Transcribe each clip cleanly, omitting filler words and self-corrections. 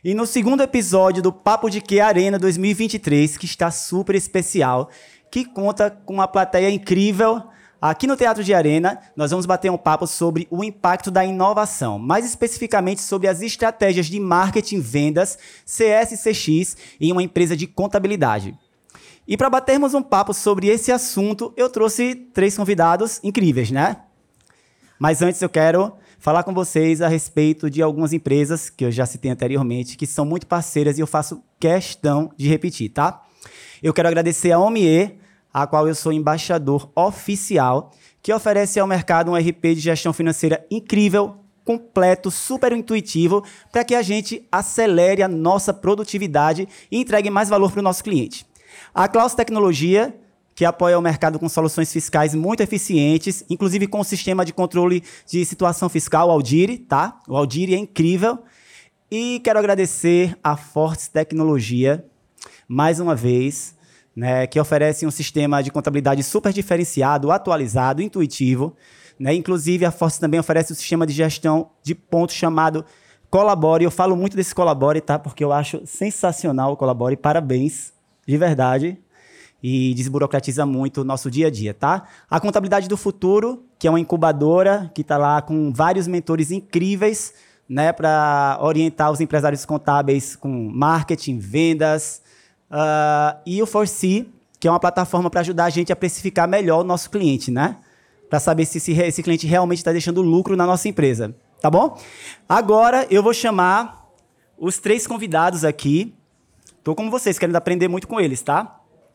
E no segundo episódio do Papo de Que Arena 2023, que está super especial, que conta com uma plateia incrível, aqui no Teatro de Arena, nós vamos bater um papo sobre o impacto da inovação, mais especificamente sobre as estratégias de marketing, vendas, CS e CX em uma empresa de contabilidade. E para batermos um papo sobre esse assunto, eu trouxe 3 convidados incríveis, né? Mas antes eu quero falar com vocês a respeito de algumas empresas que eu já citei anteriormente, que são muito parceiras e eu faço questão de repetir, tá? Eu quero agradecer a Omie, a qual eu sou embaixador oficial, que oferece ao mercado um RP de gestão financeira incrível, completo, super intuitivo, para que a gente acelere a nossa produtividade e entregue mais valor para o nosso cliente. A Claus Tecnologia, que apoia o mercado com soluções fiscais muito eficientes, inclusive com o sistema de controle de situação fiscal, o Aldiri, tá? O Aldiri é incrível. E quero agradecer a Fortes Tecnologia, mais uma vez, né, que oferece um sistema de contabilidade super diferenciado, atualizado, intuitivo. Né? Inclusive, a Fortes também oferece um sistema de gestão de pontos chamado Colabore. Eu falo muito desse Colabore, tá? Porque eu acho sensacional o Colabore. Parabéns, de verdade. E desburocratiza muito o nosso dia a dia, tá? A Contabilidade do Futuro, que é uma incubadora que está lá com vários mentores incríveis, né, para orientar os empresários contábeis com marketing, vendas. E o Foresee, que é uma plataforma para ajudar a gente a precificar melhor o nosso cliente, né? Para saber se esse cliente realmente está deixando lucro na nossa empresa, tá bom? Agora eu vou chamar os 3 convidados aqui. Estou como vocês, querendo aprender muito com eles, tá?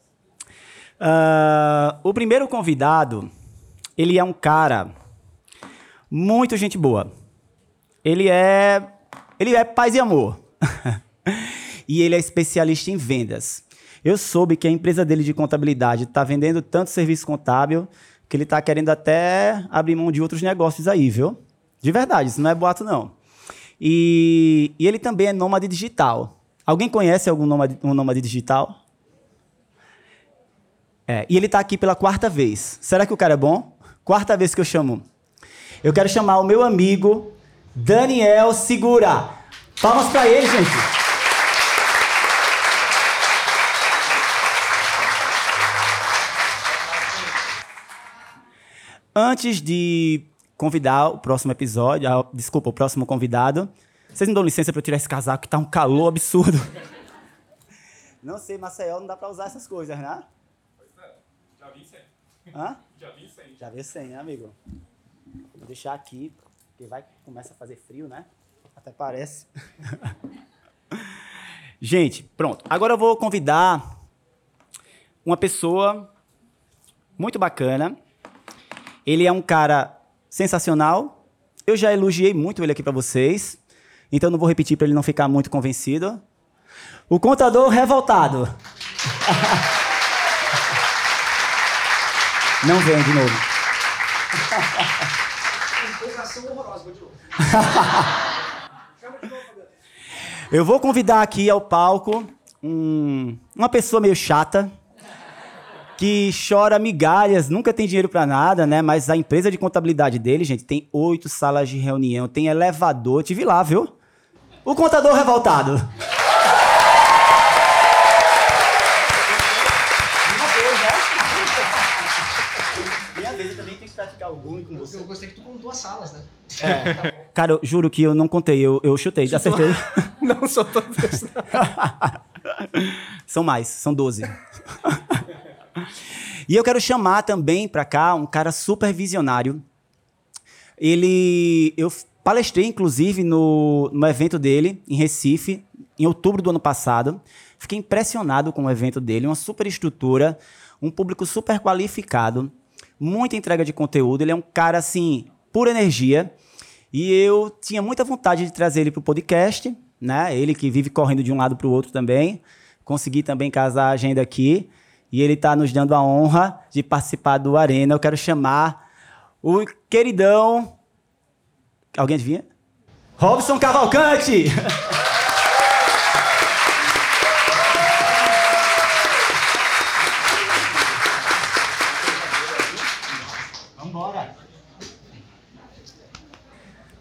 O primeiro convidado, ele é um cara muito gente boa. Ele é paz e amor. E ele é especialista em vendas. Eu soube que a empresa dele de contabilidade está vendendo tanto serviço contábil que ele está querendo até abrir mão de outros negócios aí, viu? De verdade, isso não é boato, não. E ele também é nômade digital. Alguém conhece algum nômade digital? E ele está aqui pela 4ª vez. Será que o cara é bom? 4ª vez que eu chamo. Eu quero chamar o meu amigo Daniel Segura. Palmas para ele, gente. Antes de convidar o próximo episódio, o próximo convidado, vocês me dão licença para eu tirar esse casaco que tá um calor absurdo. Não sei, Maceió não dá para usar essas coisas, né? Já vi sem. Hã? Já vi sem. Já vi sem, né, amigo? Vou deixar aqui, porque começa a fazer frio, né? Até parece. Gente, pronto. Agora eu vou convidar uma pessoa muito bacana. Ele é um cara sensacional. Eu já elogiei muito ele aqui para vocês, então não vou repetir para ele não ficar muito convencido. O contador revoltado. Não vem de novo. Empolgação horrorosa, vou de novo. Chama de novo, Fabiano. Eu vou convidar aqui ao palco uma pessoa meio chata, que chora migalhas, nunca tem dinheiro para nada, né? Mas a empresa de contabilidade dele, gente, tem 8 salas de reunião, tem elevador, tive lá, viu? O contador revoltado. Algum com você. Eu gostei que tu contou as salas, né? Cara, eu juro que eu não contei, eu chutei, já acertei. Não, são todos. São mais, são 12. E eu quero chamar também para cá um cara super visionário. Eu palestrei, inclusive, no evento dele, em Recife, em outubro do ano passado. Fiquei impressionado com o evento dele, uma super estrutura, um público super qualificado, muita entrega de conteúdo. Ele é um cara, assim, pura energia. E eu tinha muita vontade de trazer ele para o podcast, né? Ele que vive correndo de um lado para o outro também. Consegui também casar a agenda aqui. E ele está nos dando a honra de participar do Arena. Eu quero chamar o queridão... Alguém adivinha? Robson Cavalcante!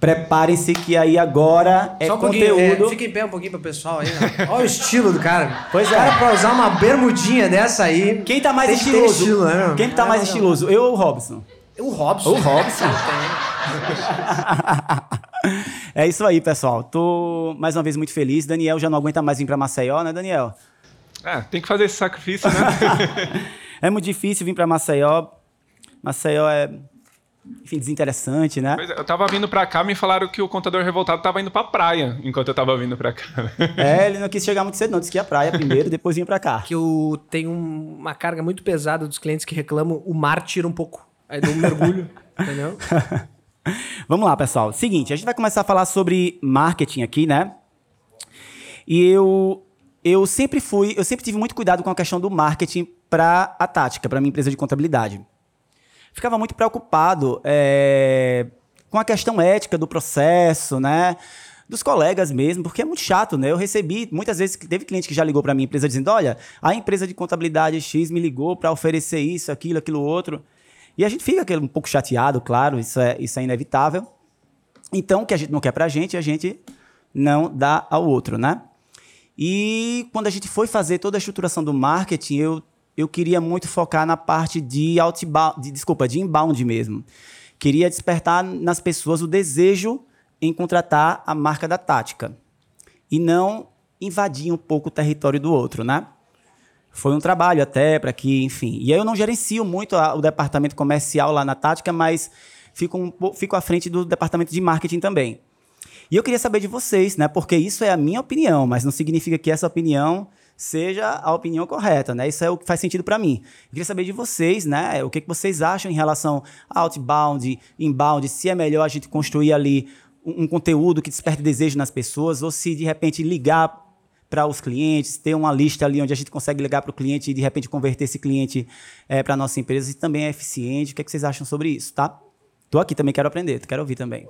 Preparem-se que aí agora é Só um pouquinho, conteúdo. fica em pé um pouquinho pro pessoal aí. Ó. Olha o estilo do cara. Pois é. Cara, pra usar uma bermudinha dessa aí... Quem tá mais tem que ter estiloso? estilo, né, meu? Quem que tá mais estiloso? Eu ou o Robson? O Robson. O Robson. É isso aí, pessoal. Tô mais uma vez muito feliz. Daniel já não aguenta mais vir pra Maceió, né, Daniel? Tem que fazer esse sacrifício, né? É muito difícil vir pra Maceió. Maceió é, enfim, desinteressante, né? Pois é, eu tava vindo pra cá, me falaram que o contador revoltado tava indo pra praia enquanto eu tava vindo pra cá. Ele não quis chegar muito cedo, não. Disse que ia à praia primeiro, depois vinha pra cá. Que eu tenho uma carga muito pesada dos clientes que reclamam, o mar tira um pouco. Aí dá um mergulho, entendeu? Vamos lá, pessoal. Seguinte, a gente vai começar a falar sobre marketing aqui, né? E eu sempre tive muito cuidado com a questão do marketing para a Tática, para minha empresa de contabilidade. Ficava muito preocupado com a questão ética do processo, né? Dos colegas mesmo, porque é muito chato, né? Eu recebi, muitas vezes, teve cliente que já ligou para minha empresa dizendo, olha, a empresa de contabilidade X me ligou para oferecer isso, aquilo outro. E a gente fica um pouco chateado, claro, isso é inevitável. Então, o que a gente não quer pra gente, a gente não dá ao outro, né? E quando a gente foi fazer toda a estruturação do marketing, eu queria muito focar na parte de inbound mesmo. Queria despertar nas pessoas o desejo em contratar a marca da Tática. E não invadir um pouco o território do outro, né? Foi um trabalho até para que, enfim... E aí eu não gerencio muito o departamento comercial lá na Tática, mas fico à frente do departamento de marketing também. E eu queria saber de vocês, né? Porque isso é a minha opinião, mas não significa que essa opinião seja a opinião correta, né? Isso é o que faz sentido para mim. Eu queria saber de vocês, né? O que vocês acham em relação a outbound, inbound, se é melhor a gente construir ali um conteúdo que desperte desejo nas pessoas, ou se de repente ligar para os clientes, ter uma lista ali onde a gente consegue ligar para o cliente e de repente converter esse cliente para a nossa empresa, isso também é eficiente. O que vocês acham sobre isso, tá? Tô aqui também, quero aprender, quero ouvir também.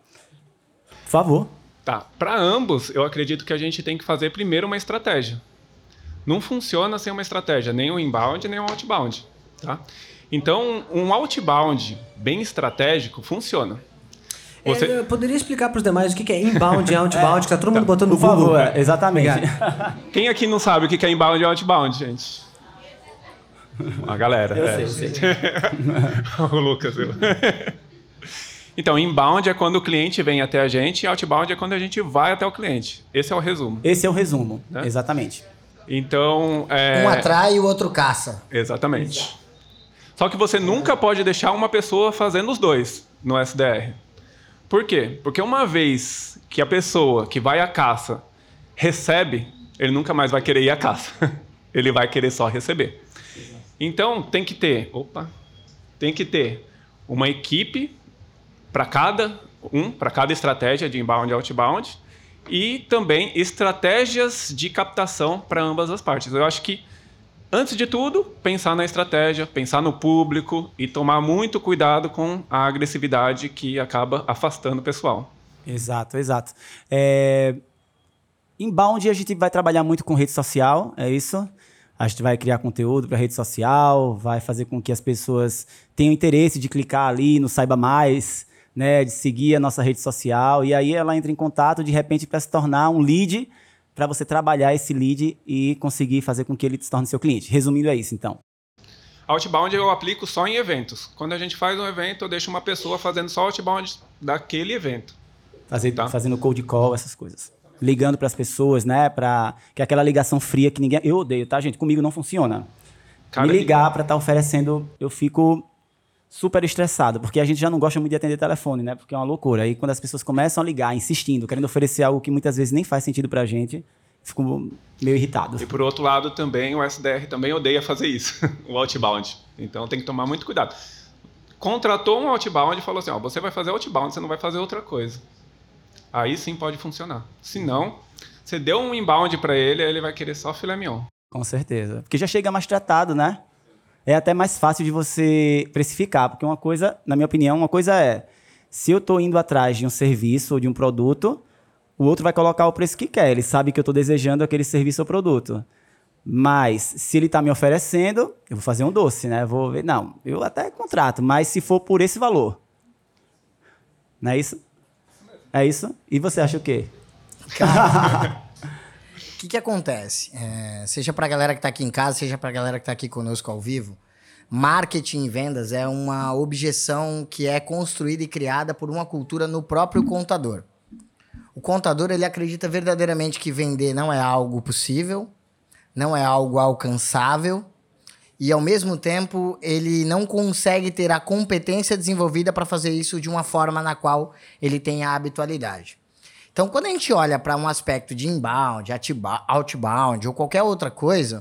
Por favor. Tá. Para ambos, eu acredito que a gente tem que fazer primeiro uma estratégia. Não funciona sem uma estratégia, nem o inbound, nem o outbound. Tá? Então, um outbound bem estratégico funciona. Eu poderia explicar para os demais o que é inbound e outbound, que tá todo mundo botando no Por Google. favor, exatamente. Quem aqui não sabe o que é inbound e outbound, gente? A galera. Eu sei. O Lucas. Então, inbound é quando o cliente vem até a gente e outbound é quando a gente vai até o cliente. Esse é o resumo. Esse é o resumo, Né? Exatamente. Então... Um atrai e o outro caça. Exatamente. Só que você nunca pode deixar uma pessoa fazendo os dois no SDR. Por quê? Porque uma vez que a pessoa que vai à caça recebe, ele nunca mais vai querer ir à caça. Ele vai querer só receber. Então, tem que ter uma equipe para cada estratégia de inbound e outbound e também estratégias de captação para ambas as partes. Eu acho que, antes de tudo, pensar na estratégia, pensar no público e tomar muito cuidado com a agressividade que acaba afastando o pessoal. Exato. Inbound a gente vai trabalhar muito com rede social, é isso? A gente vai criar conteúdo para rede social, vai fazer com que as pessoas tenham interesse de clicar ali no Saiba Mais, né, de seguir a nossa rede social, e aí ela entra em contato, de repente, para se tornar um lead, para você trabalhar esse lead e conseguir fazer com que ele se torne seu cliente. Resumindo, é isso, então. Outbound eu aplico só em eventos. Quando a gente faz um evento, eu deixo uma pessoa fazendo só outbound daquele evento. Fazendo cold call, essas coisas. Ligando para as pessoas, né, que é aquela ligação fria que ninguém... Eu odeio, tá, gente? Comigo não funciona. Me ligar para estar oferecendo, eu fico super estressado, porque a gente já não gosta muito de atender telefone, né? Porque é uma loucura. Aí quando as pessoas começam a ligar, insistindo, querendo oferecer algo que muitas vezes nem faz sentido pra gente, fico meio irritado. E por outro lado também, o SDR também odeia fazer isso, o outbound. Então tem que tomar muito cuidado. Contratou um outbound e falou assim, você vai fazer outbound, você não vai fazer outra coisa. Aí sim pode funcionar. Se não, você deu um inbound para ele, aí ele vai querer só filé mignon. Com certeza. Porque já chega mais tratado, né? É até mais fácil de você precificar, porque uma coisa, na minha opinião, uma coisa é, se eu estou indo atrás de um serviço ou de um produto, o outro vai colocar o preço que quer, ele sabe que eu estou desejando aquele serviço ou produto. Mas, se ele está me oferecendo, eu vou fazer um doce, né? Vou ver, não, eu até contrato, mas se for por esse valor. Não é isso? É isso? E você acha o quê? O que acontece? Seja para a galera que está aqui em casa, seja para a galera que está aqui conosco ao vivo, marketing e vendas é uma objeção que é construída e criada por uma cultura no próprio contador. O contador, ele acredita verdadeiramente que vender não é algo possível, não é algo alcançável, e ao mesmo tempo ele não consegue ter a competência desenvolvida para fazer isso de uma forma na qual ele tem a habitualidade. Então, quando a gente olha para um aspecto de inbound, outbound ou qualquer outra coisa,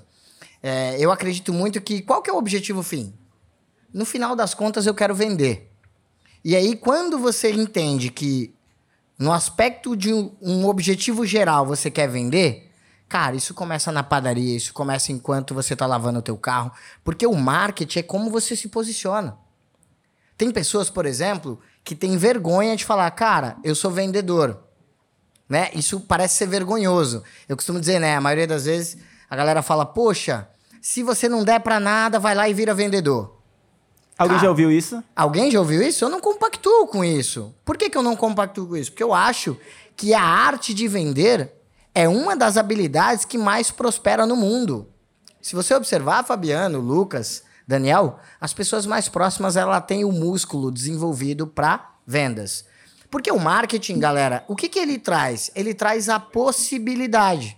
eu acredito muito que qual que é o objetivo fim? No final das contas, eu quero vender. E aí, quando você entende que no aspecto de um objetivo geral você quer vender, cara, isso começa na padaria, isso começa enquanto você está lavando o teu carro, porque o marketing é como você se posiciona. Tem pessoas, por exemplo, que têm vergonha de falar, cara, eu sou vendedor. Né? Isso parece ser vergonhoso. Eu costumo dizer, né? A maioria das vezes a galera fala, poxa, se você não der pra nada, vai lá e vira vendedor. Alguém já ouviu isso? Alguém já ouviu isso? Eu não compactuo com isso. Por que eu não compactuo com isso? Porque eu acho que a arte de vender é uma das habilidades que mais prospera no mundo. Se você observar, Fabiano, Lucas, Daniel, as pessoas mais próximas, ela tem o músculo desenvolvido para vendas. Porque o marketing, galera, o que ele traz? Ele traz a possibilidade.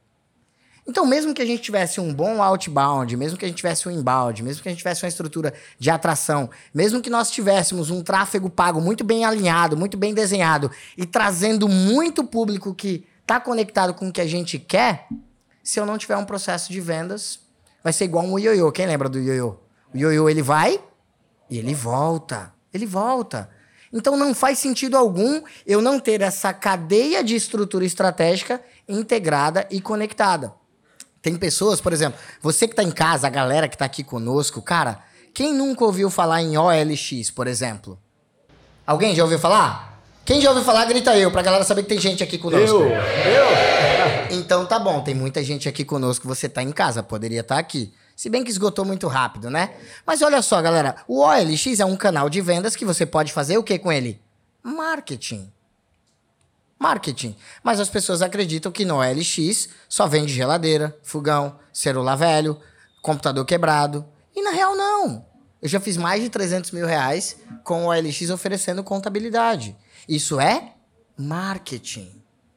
Então, mesmo que a gente tivesse um bom outbound, mesmo que a gente tivesse um inbound, mesmo que a gente tivesse uma estrutura de atração, mesmo que nós tivéssemos um tráfego pago muito bem alinhado, muito bem desenhado e trazendo muito público que está conectado com o que a gente quer, se eu não tiver um processo de vendas, vai ser igual um ioiô. Quem lembra do ioiô? O ioiô, ele vai e ele volta. Ele volta. Então, não faz sentido algum eu não ter essa cadeia de estrutura estratégica integrada e conectada. Tem pessoas, por exemplo, você que está em casa, a galera que está aqui conosco, cara, quem nunca ouviu falar em OLX, por exemplo? Alguém já ouviu falar? Quem já ouviu falar, grita eu, pra galera saber que tem gente aqui conosco. Eu. Então tá bom, tem muita gente aqui conosco, você tá em casa, poderia estar aqui. Se bem que esgotou muito rápido, né? Mas olha só, galera, o OLX é um canal de vendas que você pode fazer o que com ele? Marketing. Mas as pessoas acreditam que no OLX só vende geladeira, fogão, celular velho, computador quebrado. E na real não. Eu já fiz mais de 300 mil reais com o OLX oferecendo contabilidade. Isso é marketing.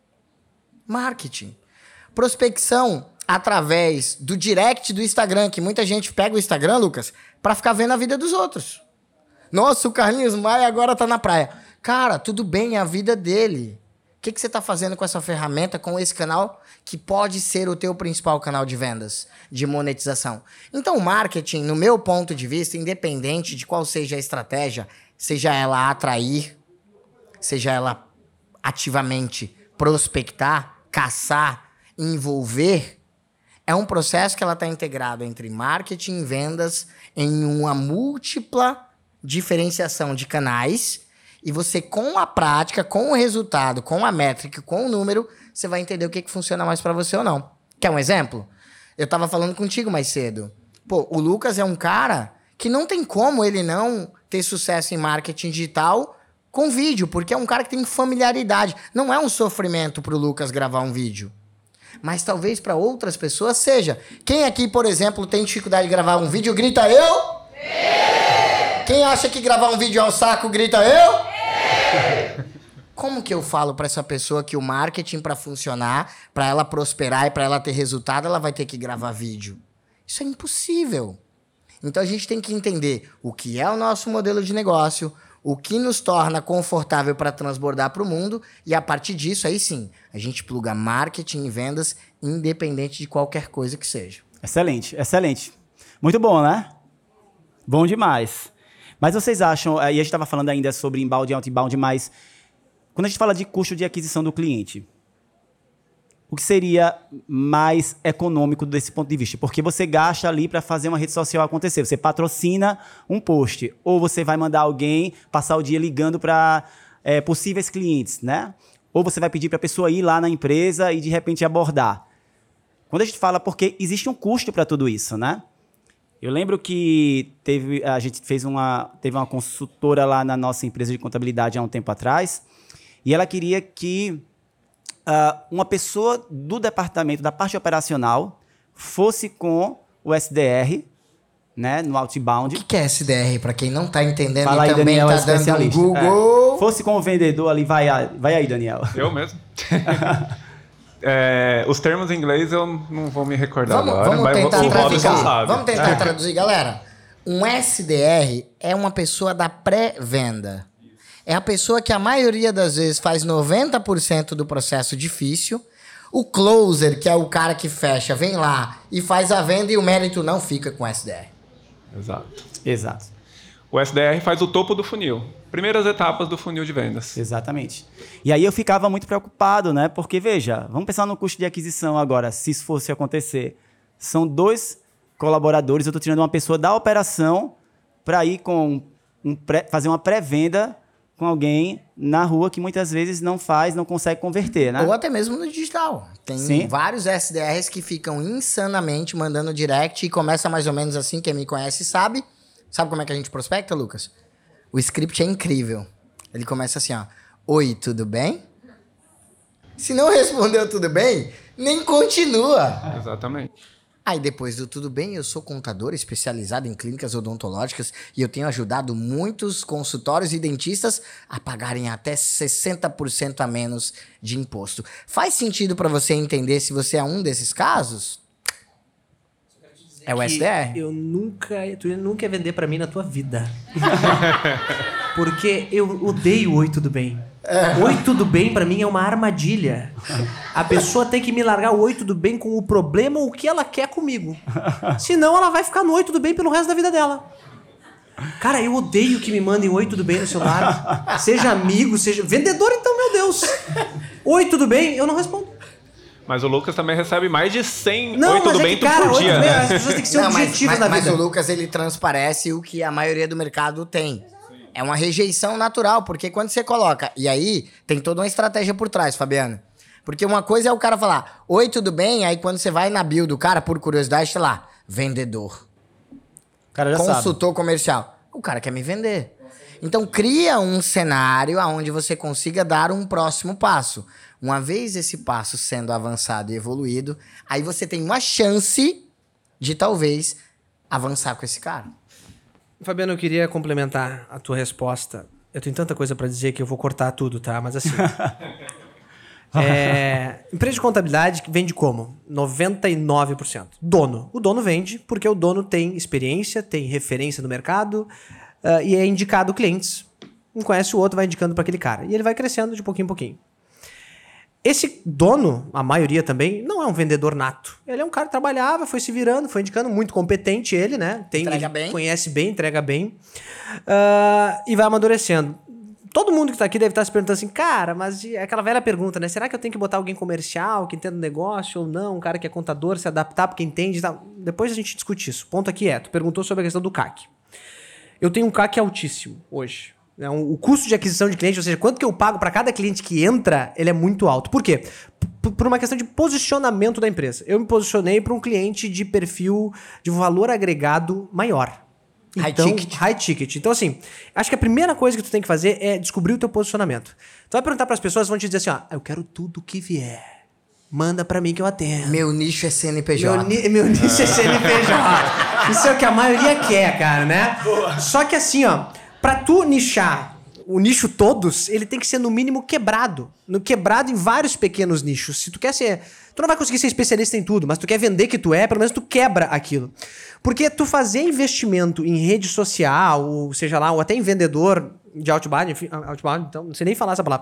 Prospecção através do direct do Instagram, que muita gente pega o Instagram, Lucas, pra ficar vendo a vida dos outros. Nossa, o Carlinhos Maia agora tá na praia. Cara, tudo bem, é a vida dele. O que você está fazendo com essa ferramenta, com esse canal, que pode ser o teu principal canal de vendas, de monetização? Então, o marketing, no meu ponto de vista, independente de qual seja a estratégia, seja ela atrair, seja ela ativamente prospectar, caçar, envolver, é um processo que ela está integrado entre marketing e vendas em uma múltipla diferenciação de canais. E você, com a prática, com o resultado, com a métrica, com o número, você vai entender o que funciona mais para você ou não. Quer um exemplo? Eu tava falando contigo mais cedo. Pô, o Lucas é um cara que não tem como ele não ter sucesso em marketing digital com vídeo, porque é um cara que tem familiaridade. Não é um sofrimento pro Lucas gravar um vídeo. Mas talvez para outras pessoas seja. Quem aqui, por exemplo, tem dificuldade de gravar um vídeo, grita eu? Quem acha que gravar um vídeo é um saco, grita eu? Como que eu falo para essa pessoa que o marketing, para funcionar, para ela prosperar e para ela ter resultado, ela vai ter que gravar vídeo? Isso é impossível. Então a gente tem que entender o que é o nosso modelo de negócio, o que nos torna confortável para transbordar para o mundo, e a partir disso, aí sim, a gente pluga marketing e vendas independente de qualquer coisa que seja. Excelente. Muito bom, né? Bom demais. Mas vocês acham, e a gente estava falando ainda sobre inbound e outbound, mas quando a gente fala de custo de aquisição do cliente, o que seria mais econômico desse ponto de vista? Porque você gasta ali para fazer uma rede social acontecer. Você patrocina um post, ou você vai mandar alguém passar o dia ligando para possíveis clientes, né? Ou você vai pedir para a pessoa ir lá na empresa e de repente abordar. Quando a gente fala, porque existe um custo para tudo isso, né? Eu lembro que teve uma consultora lá na nossa empresa de contabilidade há um tempo atrás, e ela queria que uma pessoa do departamento, da parte operacional, fosse com o SDR, né, no O outbound. que é SDR, para quem não tá entendendo Fala e aí, também Daniel, é tá dando um especialista. Google? Fosse com o vendedor ali, vai aí, Daniel. Eu mesmo. Os termos em inglês eu não vou me recordar agora. Vamos mas tentar o Robson traduzir. sabe. Vamos tentar traduzir, galera. Um SDR é uma pessoa da pré-venda. É a pessoa que a maioria das vezes faz 90% do processo difícil. O closer, que é o cara que fecha, vem lá e faz a venda e o mérito não fica com o SDR. Exato. O SDR faz o topo do funil. Primeiras etapas do funil de vendas. Exatamente. E aí eu ficava muito preocupado, né? Porque, veja, vamos pensar no custo de aquisição agora, se isso fosse acontecer. São 2 colaboradores, eu estou tirando uma pessoa da operação para ir fazer uma pré-venda com alguém na rua que muitas vezes não consegue converter, né? Ou até mesmo no digital. Tem Sim. vários SDRs que ficam insanamente mandando direct e começa mais ou menos assim, quem me conhece sabe. Sabe como é que a gente prospecta, Lucas? O script é incrível. Ele começa assim, ó. Oi, tudo bem? Se não respondeu tudo bem, nem continua. Exatamente. Aí depois do tudo bem, eu sou contador especializado em clínicas odontológicas e eu tenho ajudado muitos consultórios e dentistas a pagarem até 60% a menos de imposto. Faz sentido para você entender se você é um desses casos? É o SDR. Tu nunca ia vender pra mim na tua vida. Porque eu odeio Oi, tudo bem. Oi, tudo bem pra mim é uma armadilha. A pessoa tem que me largar o Oi, tudo bem com o problema ou o que ela quer comigo. Senão ela vai ficar no Oi, tudo bem pelo resto da vida dela. Cara, eu odeio que me mandem Oi, tudo bem no celular. Seja amigo, seja... Vendedor, então, meu Deus. Oi, tudo bem? Eu não respondo. Mas o Lucas também recebe mais de 100 Não, Oi, tudo mas é bem que, cara, por Oi, dia, tudo bem, né? as pessoas têm que ser Não, objetivas na mas vida. o Lucas, ele transparece o que a maioria do mercado tem. É uma rejeição natural, porque quando você coloca... E aí, tem toda uma estratégia por trás, Fabiano. Porque uma coisa é o cara falar, oi, tudo bem? Aí quando você vai na bio do cara, por curiosidade, tá lá, vendedor. O cara já sabe. Consultor comercial. O cara quer me vender. Então, cria um cenário onde você consiga dar um próximo passo. Uma vez esse passo sendo avançado e evoluído, aí você tem uma chance de, talvez, avançar com esse cara. Fabiano, eu queria complementar a tua resposta. Eu tenho tanta coisa pra dizer que eu vou cortar tudo, tá? Mas assim... empresa de contabilidade vende como? 99%. Dono. O dono vende porque o dono tem experiência, tem referência no mercado e é indicado clientes. Um conhece o outro, vai indicando para aquele cara. E ele vai crescendo de pouquinho em pouquinho. Esse dono, a maioria também, não é um vendedor nato. Ele é um cara que trabalhava, foi se virando, foi indicando, muito competente ele, né? Entrega bem. Conhece bem, entrega bem. E vai amadurecendo. Todo mundo que tá aqui deve estar se perguntando assim, cara, mas aquela velha pergunta, né? Será que eu tenho que botar alguém comercial, que entenda o negócio ou não? Um cara que é contador, se adaptar porque entende e tal. Depois a gente discute isso. O ponto aqui tu perguntou sobre a questão do CAC. Eu tenho um CAC altíssimo hoje. O custo de aquisição de cliente, ou seja, quanto que eu pago para cada cliente que entra, ele é muito alto. Por quê? Por uma questão de posicionamento da empresa. Eu me posicionei para um cliente de perfil de valor agregado maior. High ticket. Então, assim, acho que a primeira coisa que tu tem que fazer é descobrir o teu posicionamento. Tu vai perguntar para as pessoas, vão te dizer assim, ó, eu quero tudo que vier. Manda para mim que eu atendo. Meu nicho é CNPJ. Meu nicho é CNPJ. Isso é o que a maioria quer, cara, né? Boa. Só que assim, ó, pra tu nichar o nicho todos, ele tem que ser no mínimo quebrado. Quebrado em vários pequenos nichos. Se tu quer ser... Tu não vai conseguir ser especialista em tudo, mas tu quer vender que tu é, pelo menos tu quebra aquilo. Porque tu fazer investimento em rede social, ou seja lá, ou até em vendedor de outbound, enfim, outbound, então não sei nem falar essa palavra.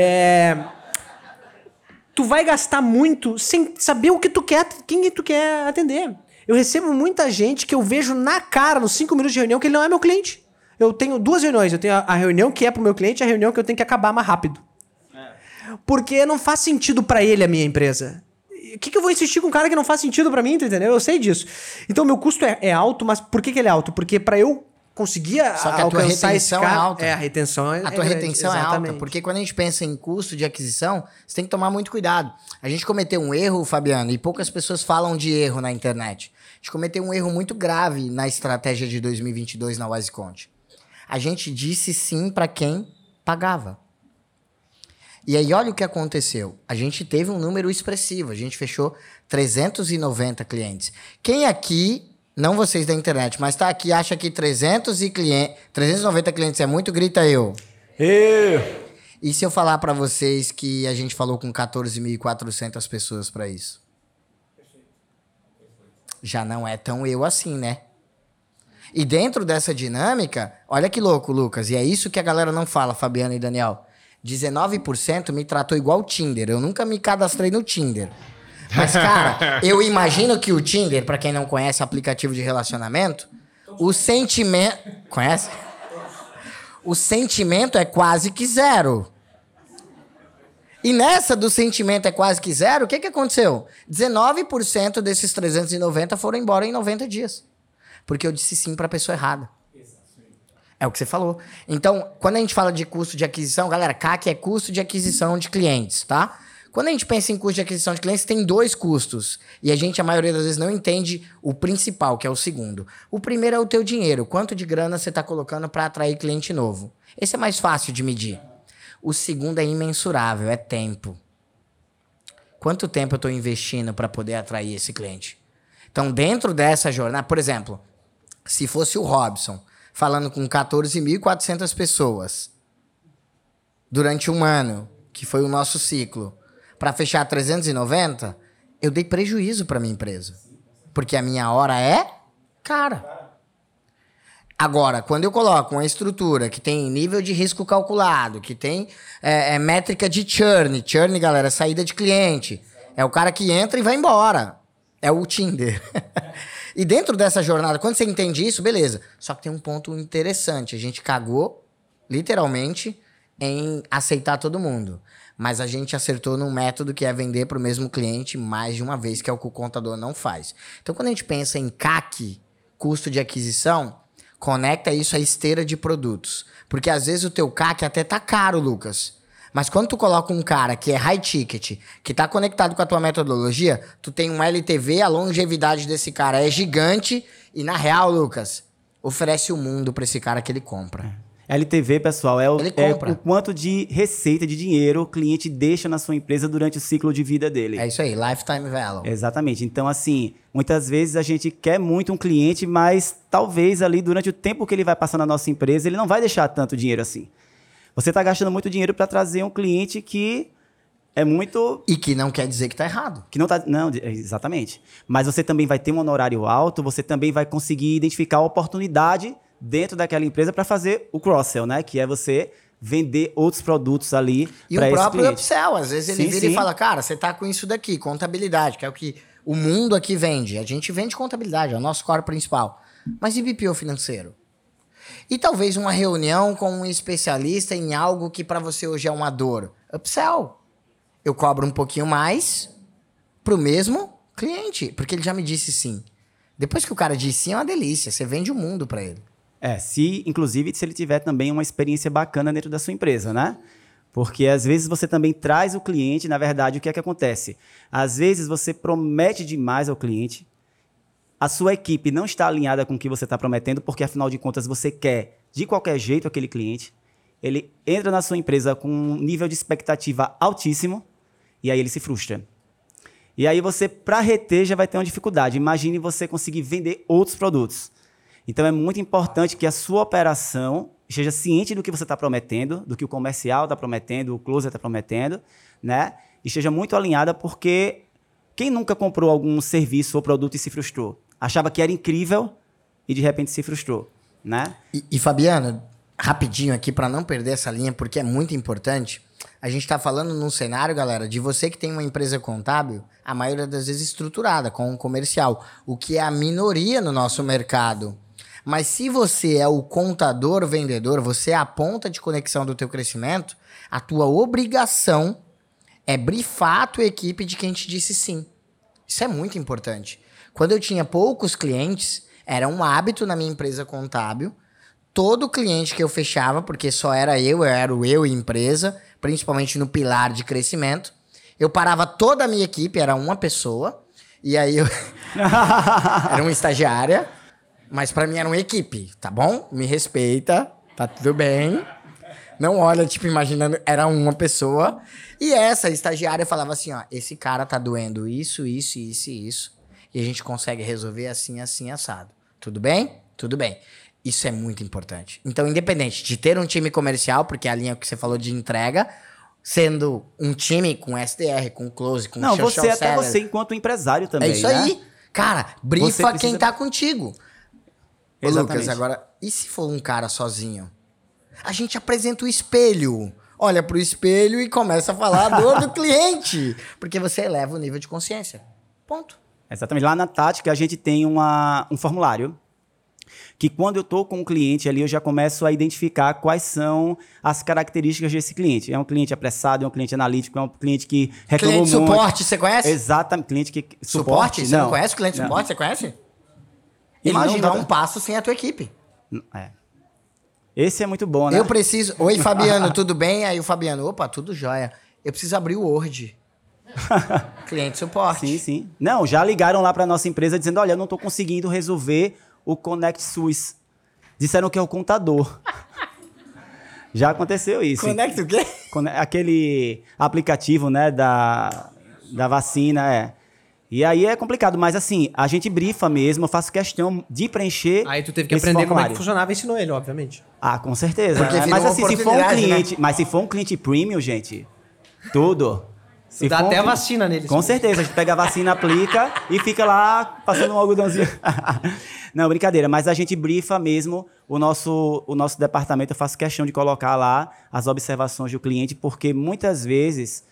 Tu vai gastar muito sem saber o que tu quer, quem tu quer atender. Eu recebo muita gente que eu vejo na cara, nos 5 minutos de reunião, que ele não é meu cliente. Eu tenho 2 reuniões. Eu tenho a reunião que é pro meu cliente e a reunião que eu tenho que acabar mais rápido. Porque não faz sentido pra ele a minha empresa. O que eu vou insistir com um cara que não faz sentido pra mim, entendeu? Eu sei disso. Então, meu custo é alto, mas por que ele é alto? Porque pra eu conseguir Só que a tua retenção é alta. A retenção é A tua retenção é exatamente. alta, porque quando a gente pensa em custo de aquisição, você tem que tomar muito cuidado. A gente cometeu um erro, Fabiano, e poucas pessoas falam de erro na internet. A gente cometeu um erro muito grave na estratégia de 2022 na WiseConte. A gente disse sim para quem pagava. E aí, olha o que aconteceu. A gente teve um número expressivo. A gente fechou 390 clientes. Quem aqui, não vocês da internet, mas tá aqui, acha que 390 clientes é muito, grita eu. E se eu falar pra vocês que a gente falou com 14.400 pessoas pra isso? Já não é tão eu assim, né? E dentro dessa dinâmica, olha que louco, Lucas. E é isso que a galera não fala, Fabiana e Daniel. 19% me tratou igual o Tinder. Eu nunca me cadastrei no Tinder. Mas, cara, eu imagino que o Tinder, pra quem não conhece aplicativo de relacionamento, o sentimento... Conhece? O sentimento é quase que zero. E nessa do sentimento é quase que zero, o que aconteceu? 19% desses 390 foram embora em 90 dias. Porque eu disse sim pra pessoa errada. É o que você falou. Então, quando a gente fala de custo de aquisição, galera, CAC é custo de aquisição de clientes, tá? Quando a gente pensa em custo de aquisição de clientes, tem dois custos. E a gente, a maioria das vezes, não entende o principal, que é o segundo. O primeiro é o teu dinheiro. Quanto de grana você está colocando para atrair cliente novo? Esse é mais fácil de medir. O segundo é imensurável, é tempo. Quanto tempo eu estou investindo para poder atrair esse cliente? Então, dentro dessa jornada, por exemplo, se fosse o Robson falando com 14.400 pessoas durante um ano, que foi o nosso ciclo, para fechar 390, eu dei prejuízo para minha empresa. Porque a minha hora é cara. Agora, quando eu coloco uma estrutura que tem nível de risco calculado, que tem métrica de churn. Churn, galera, saída de cliente. É o cara que entra e vai embora. É o Tinder. E dentro dessa jornada, quando você entende isso, beleza. Só que tem um ponto interessante. A gente cagou, literalmente, em aceitar todo mundo. Mas a gente acertou num método que é vender para o mesmo cliente mais de uma vez, que é o que o contador não faz. Então, quando a gente pensa em CAC, custo de aquisição, conecta isso à esteira de produtos. Porque às vezes o teu CAC até tá caro, Lucas. Mas quando tu coloca um cara que é high ticket, que tá conectado com a tua metodologia, tu tem um LTV, a longevidade desse cara é gigante e, na real, Lucas, oferece o mundo para esse cara que ele compra. LTV, pessoal, é o quanto de receita, de dinheiro o cliente deixa na sua empresa durante o ciclo de vida dele. É isso aí, lifetime value. Exatamente. Então, assim, muitas vezes a gente quer muito um cliente, mas talvez ali durante o tempo que ele vai passar na nossa empresa, ele não vai deixar tanto dinheiro assim. Você está gastando muito dinheiro para trazer um cliente que é muito... E que não quer dizer que está errado. Que não tá... Não, exatamente. Mas você também vai ter um honorário alto, você também vai conseguir identificar a oportunidade dentro daquela empresa para fazer o cross-sell, né? Que é você vender outros produtos ali para esse cliente. E o próprio upsell. Às vezes ele vira e fala, cara, você tá com isso daqui, contabilidade, que é o que o mundo aqui vende. A gente vende contabilidade, é o nosso core principal. Mas e BPO financeiro? E talvez uma reunião com um especialista em algo que para você hoje é uma dor. Upsell. Eu cobro um pouquinho mais pro mesmo cliente, porque ele já me disse sim. Depois que o cara diz sim, é uma delícia. Você vende o mundo para ele. Inclusive, se ele tiver também uma experiência bacana dentro da sua empresa, né? Porque às vezes você também traz o cliente, na verdade, o que é que acontece? Às vezes você promete demais ao cliente, a sua equipe não está alinhada com o que você está prometendo, porque afinal de contas você quer de qualquer jeito aquele cliente, ele entra na sua empresa com um nível de expectativa altíssimo e aí ele se frustra. E aí você, para reter, já vai ter uma dificuldade. Imagine você conseguir vender outros produtos. Então é muito importante que a sua operação esteja ciente do que você está prometendo, do que o comercial está prometendo, o closer está prometendo, né? E esteja muito alinhada, porque quem nunca comprou algum serviço ou produto e se frustrou? Achava que era incrível e de repente se frustrou, né? E Fabiano, rapidinho aqui para não perder essa linha, porque é muito importante. A gente está falando num cenário, galera, de você que tem uma empresa contábil, a maioria das vezes estruturada, com um comercial, o que é a minoria no nosso mercado. Mas se você é o contador vendedor, você é a ponta de conexão do teu crescimento, a tua obrigação é brifar a tua equipe de quem te disse sim. Isso é muito importante. Quando eu tinha poucos clientes, era um hábito na minha empresa contábil, todo cliente que eu fechava, porque só era eu e empresa, principalmente no pilar de crescimento, eu parava toda a minha equipe, era uma pessoa, e aí eu... era uma estagiária, mas pra mim era uma equipe, tá bom? Me respeita, tá tudo bem. Não olha, tipo, imaginando, era uma pessoa. E essa estagiária falava assim, ó, esse cara tá doendo isso, isso, isso e isso. E a gente consegue resolver assim, assim, assado. Tudo bem? Tudo bem. Isso é muito importante. Então, independente de ter um time comercial, porque a linha que você falou de entrega, sendo um time com SDR, com close, com Não, social você até seller. você enquanto empresário também, É isso né? aí. Cara, Você brifa precisa- quem tá contigo. Ô, Exatamente. Lucas, agora, e se for um cara sozinho? A gente apresenta o espelho. Olha pro espelho e começa a falar a dor do cliente. Porque você eleva o nível de consciência. Ponto. Exatamente. Lá na Tática, a gente tem um formulário que quando eu estou com um cliente ali, eu já começo a identificar quais são as características desse cliente. É um cliente apressado, é um cliente analítico, é um cliente que reclamou Cliente muito. suporte, você conhece? Exatamente. Cliente que... Suporte? Você não conhece o cliente Não. suporte? Você conhece? Ele Imagina, não dá um passo sem a tua equipe. É. Esse é muito bom, né? Eu preciso... Oi, Fabiano, tudo bem? Aí o Fabiano, opa, tudo jóia. Eu preciso abrir o Word. Cliente suporte. Sim, sim. Não, já ligaram lá para nossa empresa dizendo, olha, eu não estou conseguindo resolver o Connect SUS. Disseram que é o contador. Já aconteceu isso. Conecta o quê? Aquele aplicativo, né, da vacina, é. E aí é complicado, mas assim, a gente brifa mesmo, eu faço questão de preencher. Aí tu teve que esse aprender como é formulário. que funcionava e ensinou ele, obviamente. Ah, com certeza. Porque né? virou Mas uma assim, se for um oportunidade, cliente, né? mas se for um cliente premium, gente, tudo. Se Dá for um até a cli- vacina neles. Com certeza, a gente pega a vacina, aplica e fica lá passando um algodãozinho. Não, brincadeira, mas a gente brifa mesmo o nosso departamento, eu faço questão de colocar lá as observações do cliente, porque muitas vezes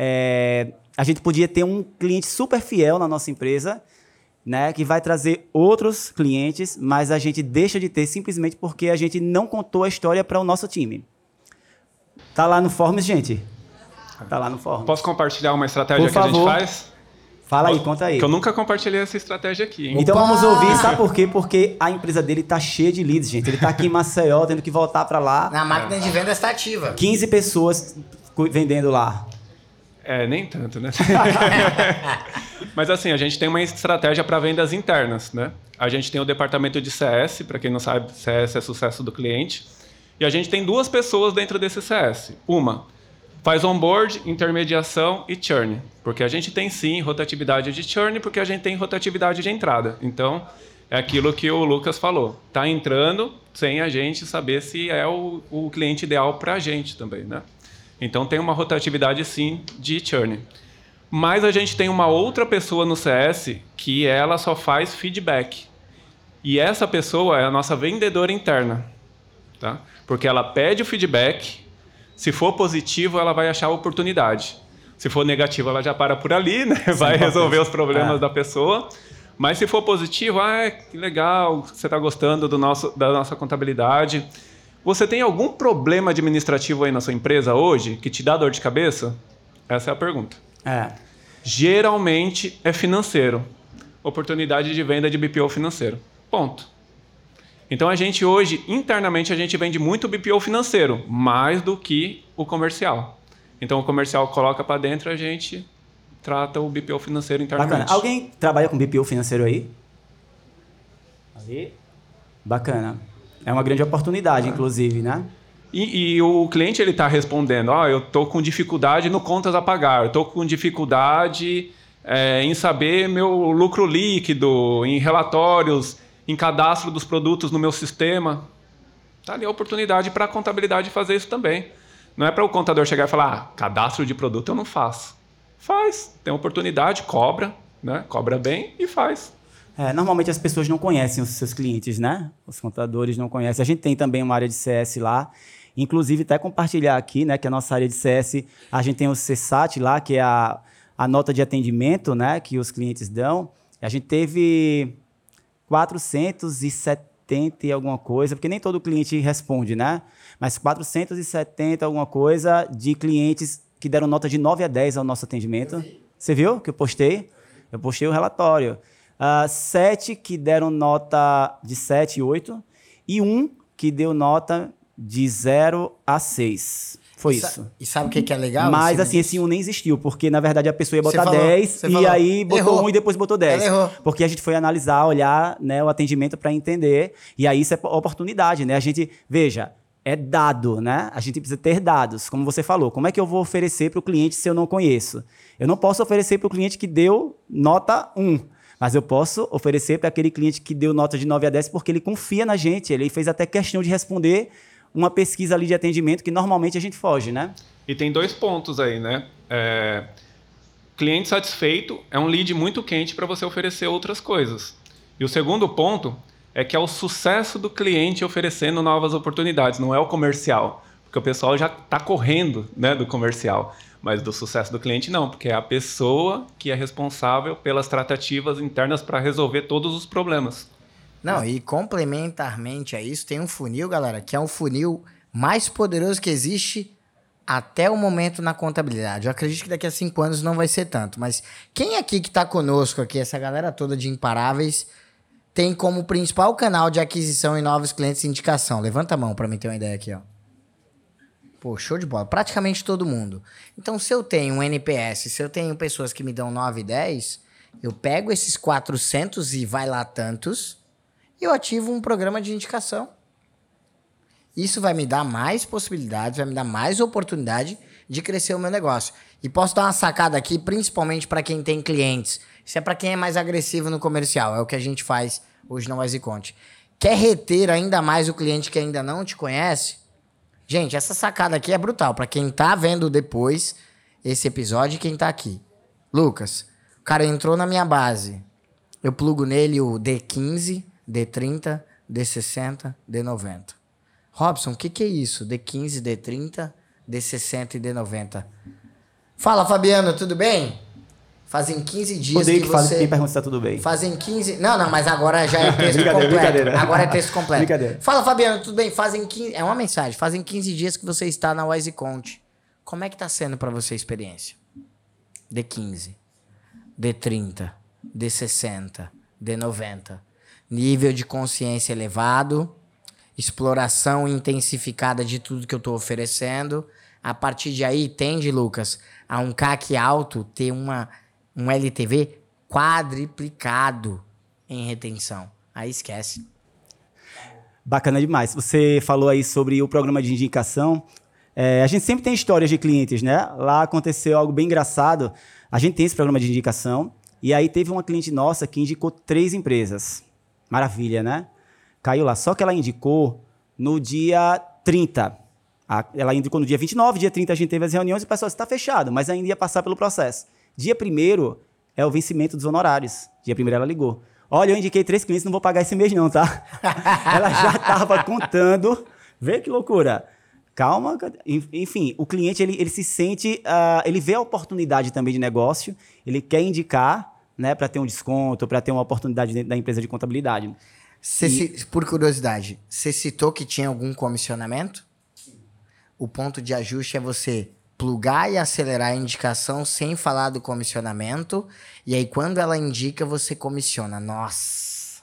a gente podia ter um cliente super fiel na nossa empresa, né, que vai trazer outros clientes, mas a gente deixa de ter simplesmente porque a gente não contou a história para o nosso time. Tá lá no Forms, gente? Tá lá no Forms. Posso compartilhar uma estratégia Por que a gente favor. faz? Fala aí, conta aí. Que eu nunca compartilhei essa estratégia aqui, hein? Então Opa! vamos ouvir, sabe por quê? Porque a empresa dele tá cheia de leads, gente. Ele tá aqui em Maceió, tendo que voltar para lá. Na máquina de venda está ativa. 15 pessoas vendendo lá. É, nem tanto, né? Mas assim, a gente tem uma estratégia para vendas internas, né? A gente tem o departamento de CS, para quem não sabe, CS é sucesso do cliente. E a gente tem 2 pessoas dentro desse CS. Uma faz onboard, intermediação e churn. Porque a gente tem sim rotatividade de churn, porque a gente tem rotatividade de entrada. Então, é aquilo que o Lucas falou. Tá entrando sem a gente saber se é o cliente ideal para a gente também, né? Então tem uma rotatividade sim de churn. Mas a gente tem uma outra pessoa no CS que ela só faz feedback. E essa pessoa é a nossa vendedora interna, tá? Porque ela pede o feedback, se for positivo ela vai achar a oportunidade. Se for negativo ela já para por ali, né? Vai resolver os problemas da pessoa. Mas se for positivo, que legal, você está gostando da nossa contabilidade. Você tem algum problema administrativo aí na sua empresa hoje que te dá dor de cabeça? Essa é a pergunta. Geralmente é financeiro. Oportunidade de venda de BPO financeiro. Ponto. Então a gente hoje, internamente, a gente vende muito BPO financeiro, mais do que o comercial. Então o comercial coloca para dentro, a gente trata o BPO financeiro internamente. Bacana. Alguém trabalha com BPO financeiro aí? Ali? Bacana. É uma grande oportunidade, inclusive, né? E o cliente ele está respondendo, eu estou com dificuldade no contas a pagar, eu estou com dificuldade em saber meu lucro líquido, em relatórios, em cadastro dos produtos no meu sistema. Está ali a oportunidade para a contabilidade fazer isso também. Não é para o contador chegar e falar, cadastro de produto eu não faço. Faz, tem oportunidade, cobra, né? Cobra bem e faz. Normalmente as pessoas não conhecem os seus clientes, né? Os contadores não conhecem. A gente tem também uma área de CS lá. Inclusive, até compartilhar aqui, né, que a nossa área de CS, a gente tem o CSAT lá, que é a nota de atendimento, né, que os clientes dão. A gente teve 470 e alguma coisa, porque nem todo cliente responde, né? Mas 470 alguma coisa de clientes que deram nota de 9 a 10 ao nosso atendimento. Você viu que eu postei? Eu postei o relatório. 7 que deram nota de 7 e 8 e 1 que deu nota de 0 a 6. Foi isso. E sabe o que é legal? Mas assim, esse 1 nem existiu, porque na verdade a pessoa ia botar falou, 10 você e falou. aí botou Errou. 1 e depois botou 10. Ela errou. Porque a gente foi analisar, olhar, né, o atendimento para entender. E aí isso é oportunidade, né? A gente, veja, é dado, né? A gente precisa ter dados, como você falou. Como é que eu vou oferecer para o cliente se eu não conheço? Eu não posso oferecer para o cliente que deu nota 1, mas eu posso oferecer para aquele cliente que deu nota de 9 a 10 porque ele confia na gente, ele fez até questão de responder uma pesquisa ali de atendimento que normalmente a gente foge, né? E tem 2 pontos aí, né? Cliente satisfeito é um lead muito quente para você oferecer outras coisas. E o segundo ponto é que é o sucesso do cliente oferecendo novas oportunidades, não é o comercial. Porque o pessoal já está correndo, né, do comercial. Mas do sucesso do cliente não, porque é a pessoa que é responsável pelas tratativas internas para resolver todos os problemas. Não, e complementarmente a isso, tem um funil, galera, que é um funil mais poderoso que existe até o momento na contabilidade. Eu acredito que daqui a 5 anos não vai ser tanto, mas quem aqui que está conosco aqui, essa galera toda de Imparáveis, tem como principal canal de aquisição e novos clientes indicação? Levanta a mão para mim ter uma ideia aqui, ó. Pô, show de bola. Praticamente todo mundo. Então, se eu tenho um NPS, se eu tenho pessoas que me dão 9 e 10, eu pego esses 400 e vai lá tantos, e eu ativo um programa de indicação. Isso vai me dar mais possibilidades, vai me dar mais oportunidade de crescer o meu negócio. E posso dar uma sacada aqui, principalmente para quem tem clientes. Isso é para quem é mais agressivo no comercial. É o que a gente faz hoje no WiseConte. Quer reter ainda mais o cliente que ainda não te conhece? Gente, essa sacada aqui é brutal. Para quem tá vendo depois esse episódio e quem tá aqui. Lucas, o cara entrou na minha base. Eu plugo nele o D15, D30, D60, D90. Robson, o que é isso? D15, D30, D60 e D90. Fala, Fabiano, tudo bem? Fazem 15 dias Odeio que que fale você... quem pergunta se tá tudo bem. Fazem 15... Não, mas agora já é texto completo. Brincadeira. Agora é texto completo. Brincadeira. Fala, Fabiano, tudo bem? Fazem 15... É uma mensagem. Fazem 15 dias que você está na WiseConte. Como é que tá sendo para você a experiência? D15, D30, D60, D90. Nível de consciência elevado, exploração intensificada de tudo que eu tô oferecendo. A partir de aí, tende, Lucas, a um CAC alto ter um LTV quadriplicado em retenção. Aí esquece. Bacana demais. Você falou aí sobre o programa de indicação. A gente sempre tem histórias de clientes, né? Lá aconteceu algo bem engraçado. A gente tem esse programa de indicação e aí teve uma cliente nossa que indicou 3 empresas. Maravilha, né? Caiu lá. Só que ela indicou no dia 30. Ela indicou no dia 29, dia 30 a gente teve as reuniões e o pessoal está fechado, mas ainda ia passar pelo processo. Dia 1º é o vencimento dos honorários. Dia 1º ela ligou. Olha, eu indiquei 3 clientes, não vou pagar esse mês não, tá? Ela já estava contando. Vê que loucura. Calma. Enfim, o cliente, ele se sente... ele vê a oportunidade também de negócio, ele quer indicar, né, para ter um desconto, para ter uma oportunidade dentro da empresa de contabilidade. Por curiosidade, você citou que tinha algum comissionamento? O ponto de ajuste é você plugar e acelerar a indicação sem falar do comissionamento. E aí, quando ela indica, você comissiona. Nossa!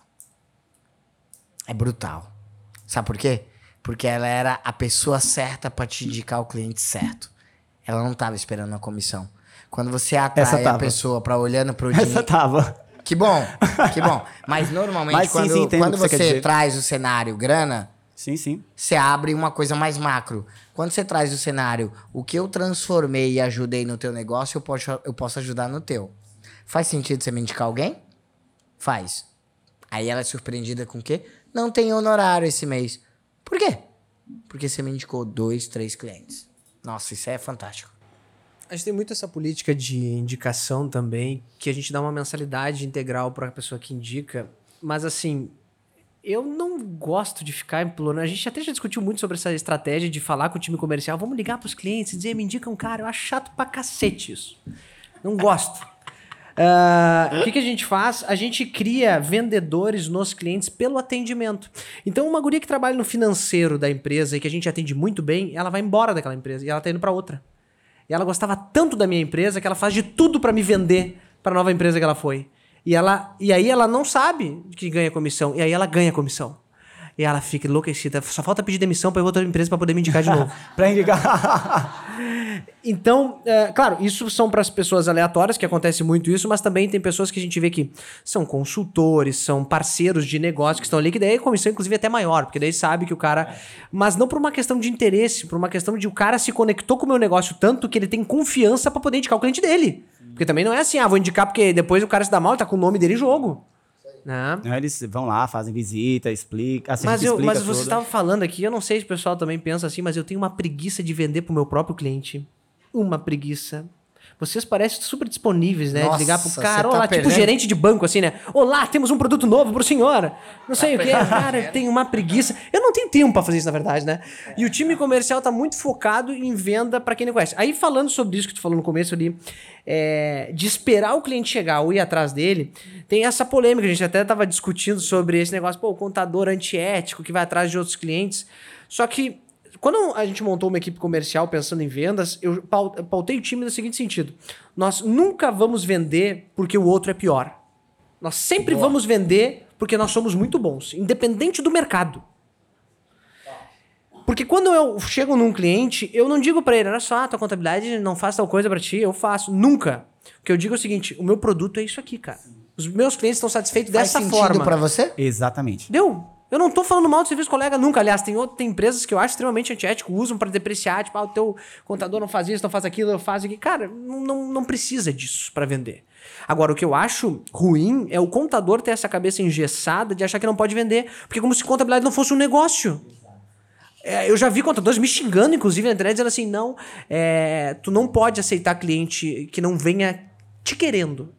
É brutal. Sabe por quê? Porque ela era a pessoa certa para te indicar o cliente certo. Ela não estava esperando a comissão. Quando você atrai a pessoa para olhando para o dinheiro... Essa tava. Que bom, que bom. Mas normalmente, quando você traz o cenário grana... Sim. Você abre uma coisa mais macro. Quando você traz o cenário, o que eu transformei e ajudei no teu negócio, eu posso ajudar no teu. Faz sentido você me indicar alguém? Faz. Aí ela é surpreendida com o quê? Não tem honorário esse mês. Por quê? Porque você me indicou 2, 3 clientes. Nossa, isso é fantástico. A gente tem muito essa política de indicação também, que a gente dá uma mensalidade integral para a pessoa que indica, mas assim... Eu não gosto de ficar implorando. A gente até já discutiu muito sobre essa estratégia de falar com o time comercial. Vamos ligar pros clientes e dizer, me indica um cara. Eu acho chato pra cacete isso. Não gosto. O que a gente faz? A gente cria vendedores nos clientes pelo atendimento. Então, uma guria que trabalha no financeiro da empresa e que a gente atende muito bem, ela vai embora daquela empresa e ela tá indo pra outra. E ela gostava tanto da minha empresa que ela faz de tudo pra me vender pra nova empresa que ela foi. E aí ela não sabe que ganha comissão. E aí ela ganha comissão. E ela fica enlouquecida. Só falta pedir demissão pra ir outra empresa pra poder me indicar de novo. Pra indicar. Então, claro, isso são para as pessoas aleatórias, que acontece muito isso, mas também tem pessoas que a gente vê que são consultores, são parceiros de negócio que estão ali, que daí a comissão, inclusive, é até maior, porque daí sabe que o cara... Mas não por uma questão de interesse, por uma questão de o cara se conectou com o meu negócio tanto que ele tem confiança para poder indicar o cliente dele. Porque também não é assim, vou indicar porque depois o cara se dá mal, ele tá com o nome dele em jogo. Né? Eles vão lá, fazem visita, explica. Mas você estava falando aqui, eu não sei se o pessoal também pensa assim, mas eu tenho uma preguiça de vender pro meu próprio cliente. Uma preguiça. Vocês parecem super disponíveis, né? Nossa, de ligar pro cara, tá olá, tipo perdendo. gerente de banco, assim, né? Olá, temos um produto novo pro senhor. Não sei o quê. Cara, eu tenho uma preguiça. Eu não tenho tempo pra fazer isso, na verdade, né? E o time comercial tá muito focado em venda pra quem não conhece. Aí, falando sobre isso que tu falou no começo ali, de esperar o cliente chegar ou ir atrás dele, tem essa polêmica. A gente até tava discutindo sobre esse negócio, o contador antiético que vai atrás de outros clientes. Só que quando a gente montou uma equipe comercial pensando em vendas, eu pautei o time no seguinte sentido. Nós nunca vamos vender porque o outro é pior. Nós sempre vamos vender porque nós somos muito bons, independente do mercado. Porque quando eu chego num cliente, eu não digo pra ele, olha só, tua contabilidade não faz tal coisa pra ti, eu faço. Nunca. O que eu digo é o seguinte, o meu produto é isso aqui, cara. Os meus clientes estão satisfeitos dessa forma. Faz sentido pra você? Exatamente. Deu? Eu não tô falando mal do serviço colega nunca. Aliás, tem empresas que eu acho extremamente antiético, usam para depreciar, tipo, o teu contador não faz isso, não faz aquilo, eu faço aqui. Cara, não precisa disso para vender. Agora, o que eu acho ruim é o contador ter essa cabeça engessada de achar que não pode vender, porque é como se contabilidade não fosse um negócio. Eu já vi contadores me xingando, inclusive, na internet, dizendo assim, não, tu não pode aceitar cliente que não venha te querendo.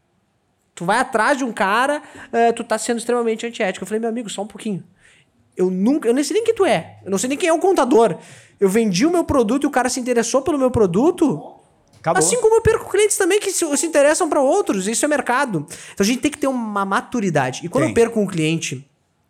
Tu vai atrás de um cara, tu tá sendo extremamente antiético. Eu falei, meu amigo, só um pouquinho. Eu nem sei nem quem tu é. Eu não sei nem quem é o contador. Eu vendi o meu produto e o cara se interessou pelo meu produto. Acabou. Assim como eu perco clientes também que se interessam para outros. Isso é mercado. Então a gente tem que ter uma maturidade. E quando eu perco um cliente,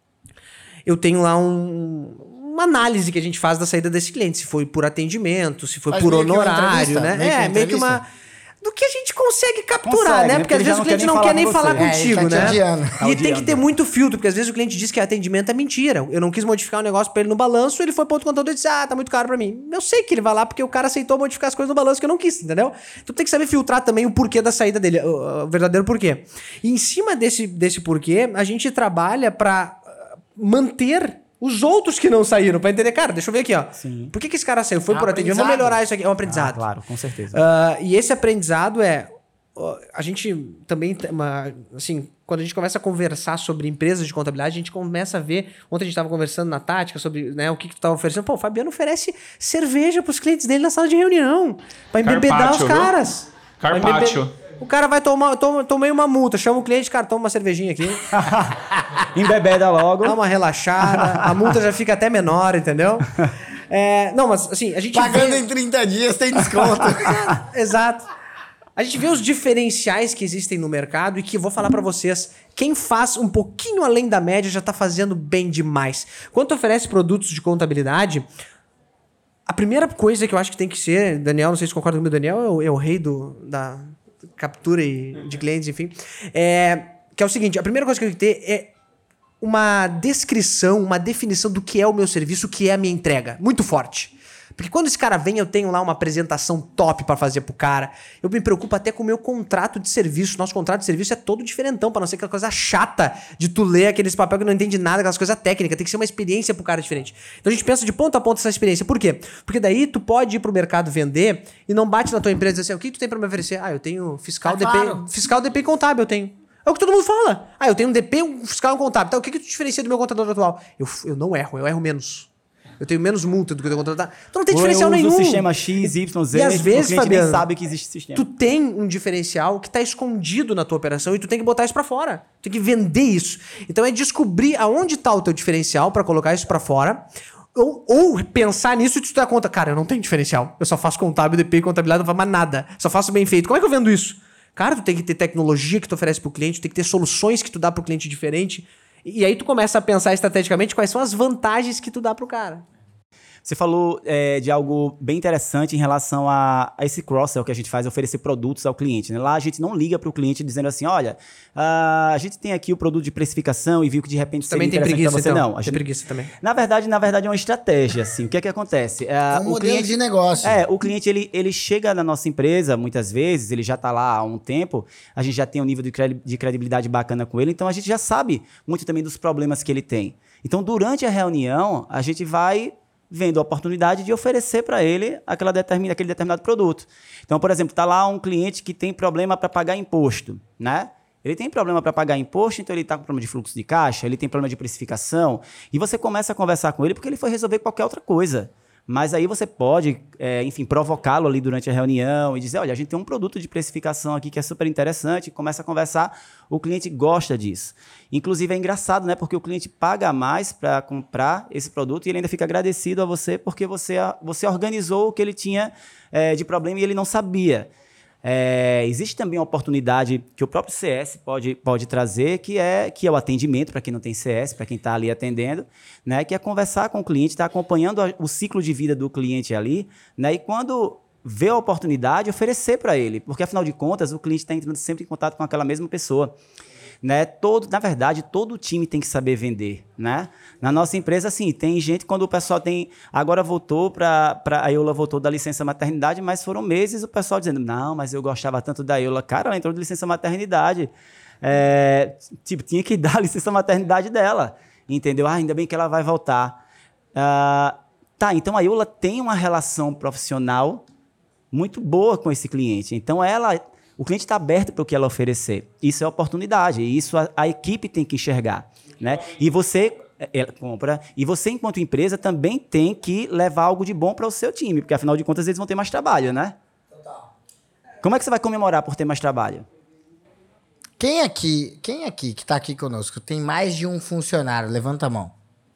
eu tenho lá uma análise que a gente faz da saída desse cliente. Se foi por atendimento, se foi por honorário, né? Meio que uma... Do que a gente consegue capturar, né? Porque às vezes o cliente não quer nem falar contigo, né? E tem que ter muito filtro, porque às vezes o cliente diz que atendimento é mentira. Eu não quis modificar o negócio pra ele no balanço, ele foi pro outro contador e disse, tá muito caro pra mim. Eu sei que ele vai lá porque o cara aceitou modificar as coisas no balanço que eu não quis, entendeu? Então tem que saber filtrar também o porquê da saída dele, o verdadeiro porquê. E em cima desse porquê, a gente trabalha pra manter os outros que não saíram, pra entender, cara, deixa eu ver aqui, ó. Sim. Por que esse cara saiu? Foi por atendimento, vamos melhorar isso aqui. É um aprendizado. Claro, com certeza. E esse aprendizado a gente também, assim, quando a gente começa a conversar sobre empresas de contabilidade, a gente começa a ver, ontem a gente estava conversando na tática sobre, né, o que tu estava oferecendo. Pô, o Fabiano oferece cerveja pros clientes dele na sala de reunião, pra embebedar os caras. Carpaccio. O cara vai tomei uma multa, chama o cliente, cara, toma uma cervejinha aqui. Embebeda logo. Dá uma relaxada, a multa já fica até menor, entendeu? Não, mas assim, a gente Pagando em 30 dias tem desconto. Exato. A gente vê os diferenciais que existem no mercado e que eu vou falar pra vocês, quem faz um pouquinho além da média já tá fazendo bem demais. Quando tu oferece produtos de contabilidade, a primeira coisa que eu acho que tem que ser, Daniel, não sei se concorda comigo, Daniel é o rei da captura de clientes, enfim, que é o seguinte, a primeira coisa que eu tenho que ter é uma descrição, uma definição do que é o meu serviço, o que é a minha entrega, muito forte. Porque quando esse cara vem, eu tenho lá uma apresentação top pra fazer pro cara. Eu me preocupo até com o meu contrato de serviço. Nosso contrato de serviço é todo diferentão, pra não ser aquela coisa chata de tu ler aqueles papéis que não entende nada, aquelas coisas técnicas. Tem que ser uma experiência pro cara diferente. Então a gente pensa de ponta a ponta essa experiência. Por quê? Porque daí tu pode ir pro mercado vender e não bate na tua empresa e dizer assim, o que tu tem pra me oferecer? Eu tenho fiscal, DP, claro. Fiscal, DP e contábil, eu tenho. É o que todo mundo fala. Eu tenho um DP, um fiscal e um contábil. Então o que tu diferencia do meu contador atual? Eu não erro, eu erro menos. Eu tenho menos multa do que eu tenho contratado. Então não tem diferencial nenhum. Eu uso o sistema X, Y, Z, e às vezes, o cliente Fabiano, nem sabe que existe sistema. Tu tem um diferencial que tá escondido na tua operação e tu tem que botar isso pra fora. Tu tem que vender isso. Então é descobrir aonde tá o teu diferencial pra colocar isso pra fora. Ou pensar nisso e tu te dar conta, cara, eu não tenho diferencial. Eu só faço contábil, DP e contabilidade, não faço mais nada. Só faço bem feito. Como é que eu vendo isso? Cara, tu tem que ter tecnologia que tu oferece pro cliente, tu tem que ter soluções que tu dá pro cliente diferente. E aí tu começa a pensar estrategicamente quais são as vantagens que tu dá pro cara. Você falou de algo bem interessante em relação a esse cross-sell que a gente faz, oferecer produtos ao cliente, né? Lá a gente não liga para o cliente dizendo assim, olha, a gente tem aqui o produto de precificação e viu que de repente Também seria tem interessante preguiça, para você. então. Não, Tem preguiça também. Na verdade é uma estratégia, assim. O que é que acontece? Um modelo de negócio. O cliente, ele chega na nossa empresa, muitas vezes, ele já está lá há um tempo, a gente já tem um nível de credibilidade bacana com ele, então a gente já sabe muito também dos problemas que ele tem. Então, durante a reunião, a gente vai vendo a oportunidade de oferecer para ele aquele determinado produto. Então, por exemplo, está lá um cliente que tem problema para pagar imposto, né? Ele tem problema para pagar imposto, então ele está com problema de fluxo de caixa, ele tem problema de precificação, e você começa a conversar com ele porque ele foi resolver qualquer outra coisa. Mas aí você pode, provocá-lo ali durante a reunião e dizer, olha, a gente tem um produto de precificação aqui que é super interessante, começa a conversar, o cliente gosta disso. Inclusive é engraçado, né? Porque o cliente paga mais para comprar esse produto e ele ainda fica agradecido a você porque você organizou o que ele tinha de problema e ele não sabia. Existe também uma oportunidade que o próprio CS pode trazer, que é o atendimento para quem não tem CS, para quem está ali atendendo, né? Que é conversar com o cliente, estar acompanhando o ciclo de vida do cliente ali, né? E quando vê a oportunidade, oferecer para ele, porque afinal de contas o cliente está entrando sempre em contato com aquela mesma pessoa. Né? Na verdade, todo time tem que saber vender, né? Na nossa empresa, assim, tem gente, quando o pessoal agora voltou a Eula voltou da licença maternidade, mas foram meses o pessoal dizendo, não, mas eu gostava tanto da Eula. Cara, ela entrou de licença maternidade. Tinha que dar a licença maternidade dela, entendeu? Ainda bem que ela vai voltar. Então a Eula tem uma relação profissional muito boa com esse cliente. Então o cliente está aberto para o que ela oferecer. Isso é oportunidade. E isso a equipe tem que enxergar, né? E você compra. E você, enquanto empresa, também tem que levar algo de bom para o seu time. Porque, afinal de contas, eles vão ter mais trabalho, né? Total. Como é que você vai comemorar por ter mais trabalho? Quem aqui que está aqui conosco tem mais de um funcionário? Levanta a mão.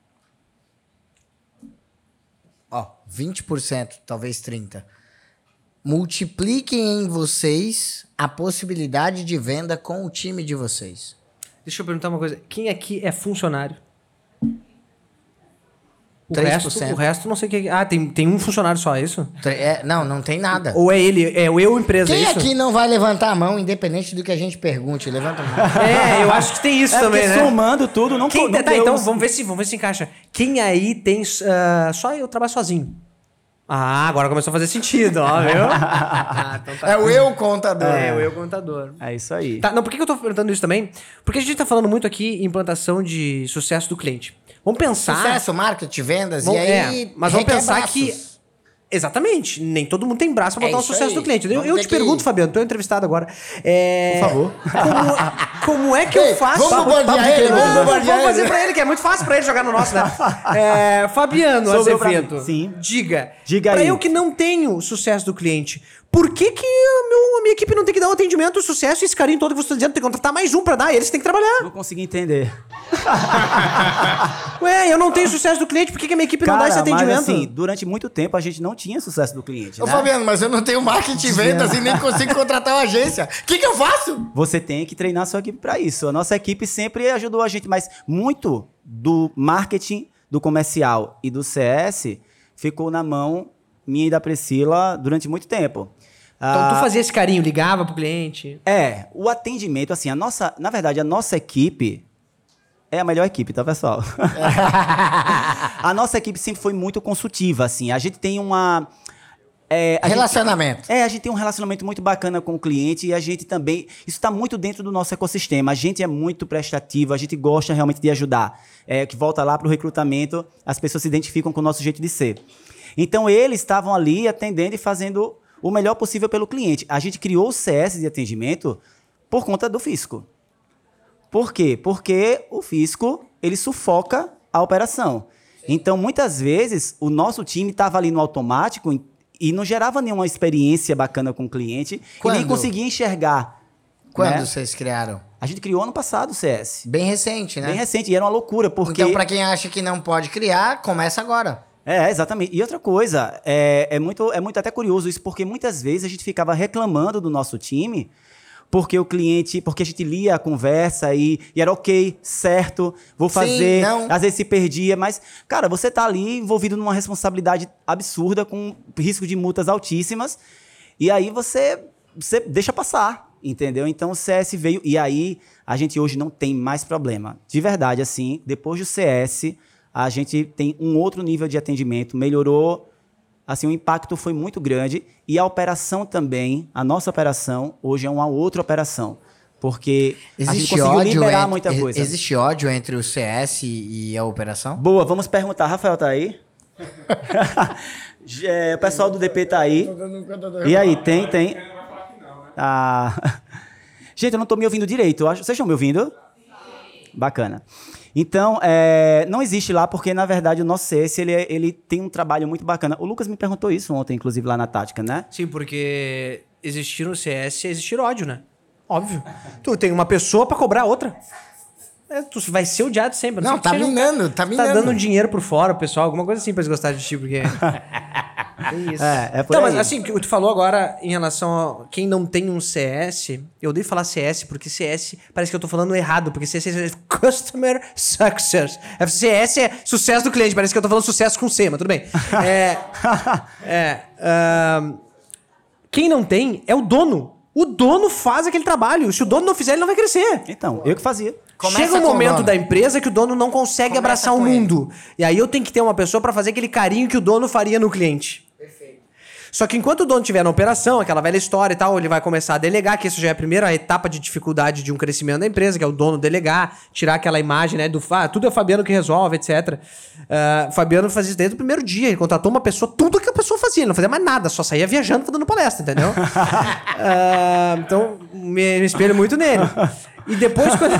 20%, talvez 30%. Multipliquem em vocês a possibilidade de venda com o time de vocês. Deixa eu perguntar uma coisa. Quem aqui é funcionário? O 3%. resto não sei o que é. Tem um funcionário só, é isso? Não tem nada. Ou é ele, eu empresa, Quem é isso? aqui não vai levantar a mão, independente do que a gente pergunte? Levanta a mão. Eu acho que tem isso também, né? Somando tudo, não Então, vamos ver se encaixa. Quem aí tem... só eu trabalho sozinho. Agora começou a fazer sentido, ó, viu? Então tá. É o eu contador. É o eu contador. É isso aí. Tá, não, por que eu tô perguntando isso também? Porque a gente tá falando muito aqui em implantação de sucesso do cliente. Vamos pensar... Sucesso, marketing, vendas, e aí... Mas vamos pensar braços. que... Exatamente. Nem todo mundo tem braço pra botar o sucesso aí. do cliente. Eu Vamos te ter pergunto, que... Fabiano, tô entrevistado agora. Por favor. Como é que eu faço... Vamos bombardear ele, Vamos fazer pra ele, que é muito fácil pra ele jogar no nosso, né? Fabiano Azevedo, Sim. diga Diga pra aí. eu que não tenho sucesso do cliente, por que a minha equipe não tem que dar um atendimento, o sucesso e esse carinho todo que você está dizendo? Tem que contratar mais um pra dar, eles têm que trabalhar. Não consegui entender. Eu não tenho sucesso do cliente, por que a minha equipe não dá esse atendimento? Mas, assim, durante muito tempo a gente não tinha sucesso do cliente, Ô, né? Fabiano, mas eu não tenho marketing e vendas e nem consigo contratar uma agência. O que eu faço? Você tem que treinar a sua equipe para isso. A nossa equipe sempre ajudou a gente, mas muito do marketing, do comercial e do CS ficou na mão minha e da Priscila durante muito tempo. Então tu fazia esse carinho, ligava pro cliente? O atendimento, assim, na verdade, a nossa equipe é a melhor equipe, tá, pessoal? A nossa equipe sempre foi muito consultiva, assim. A gente tem uma... Relacionamento. A gente tem um relacionamento muito bacana com o cliente e a gente também... Isso está muito dentro do nosso ecossistema. A gente é muito prestativo, a gente gosta realmente de ajudar. Que volta lá para o recrutamento, as pessoas se identificam com o nosso jeito de ser. Então, eles estavam ali atendendo e fazendo o melhor possível pelo cliente. A gente criou o CS de atendimento por conta do fisco. Por quê? Porque o fisco, ele sufoca a operação. Então, muitas vezes, o nosso time estava ali no automático e não gerava nenhuma experiência bacana com o cliente e nem conseguia enxergar. Quando vocês criaram? A gente criou ano passado o CS. Bem recente, né? Bem recente, e era uma loucura, porque... Então, pra quem acha que não pode criar, começa agora. Exatamente. E outra coisa, é muito até curioso isso, porque muitas vezes a gente ficava reclamando do nosso time porque a gente lia a conversa e era ok, certo, vou fazer, não. às vezes se perdia, mas, cara, você tá ali envolvido numa responsabilidade absurda, com risco de multas altíssimas, e aí você deixa passar, entendeu? Então o CS veio, e aí a gente hoje não tem mais problema. De verdade, assim, depois do CS, a gente tem um outro nível de atendimento, melhorou. Assim, o impacto foi muito grande e a operação também, a nossa operação, hoje é uma outra operação. Porque a gente conseguiu liberar muita coisa. Existe ódio entre o CS e a operação? Boa, vamos perguntar. Rafael tá aí? O pessoal do DP tá aí. E aí, tem? Ah. Gente, eu não tô me ouvindo direito. Vocês estão me ouvindo? Bacana. Então, não existe lá porque, na verdade, o nosso CS ele tem um trabalho muito bacana. O Lucas me perguntou isso ontem, inclusive, lá na Tática, né? Sim, porque existir no CS é existir ódio, né? Óbvio. Tu tem uma pessoa pra cobrar outra. Tu vai ser odiado sempre. Não, tá minando, tá minando. Tá dando dinheiro por fora, pessoal, alguma coisa assim pra eles gostarem de ti, porque... É isso. É por Então, aí. mas assim, o que tu falou agora em relação a quem não tem um CS, eu odeio falar CS, porque CS parece que eu tô falando errado, porque CS é Customer Success. CS é sucesso do cliente, parece que eu tô falando sucesso com C, mas tudo bem. Quem não tem é o dono. O dono faz aquele trabalho. Se o dono não fizer, ele não vai crescer. Então, eu que fazia. Começa Chega um com o momento dono. da empresa que o dono não consegue Começa abraçar o com mundo. E aí eu tenho que ter uma pessoa para fazer aquele carinho que o dono faria no cliente. Só que enquanto o dono estiver na operação, aquela velha história e tal, ele vai começar a delegar, que isso já é a primeira etapa de dificuldade de um crescimento da empresa, que é o dono delegar, tirar aquela imagem, né, tudo é o Fabiano que resolve, etc. O Fabiano fazia isso desde o primeiro dia, ele contratou uma pessoa, tudo que a pessoa fazia, ele não fazia mais nada, só saía viajando, dando palestra, entendeu? Então, me espelho muito nele. E depois, quando...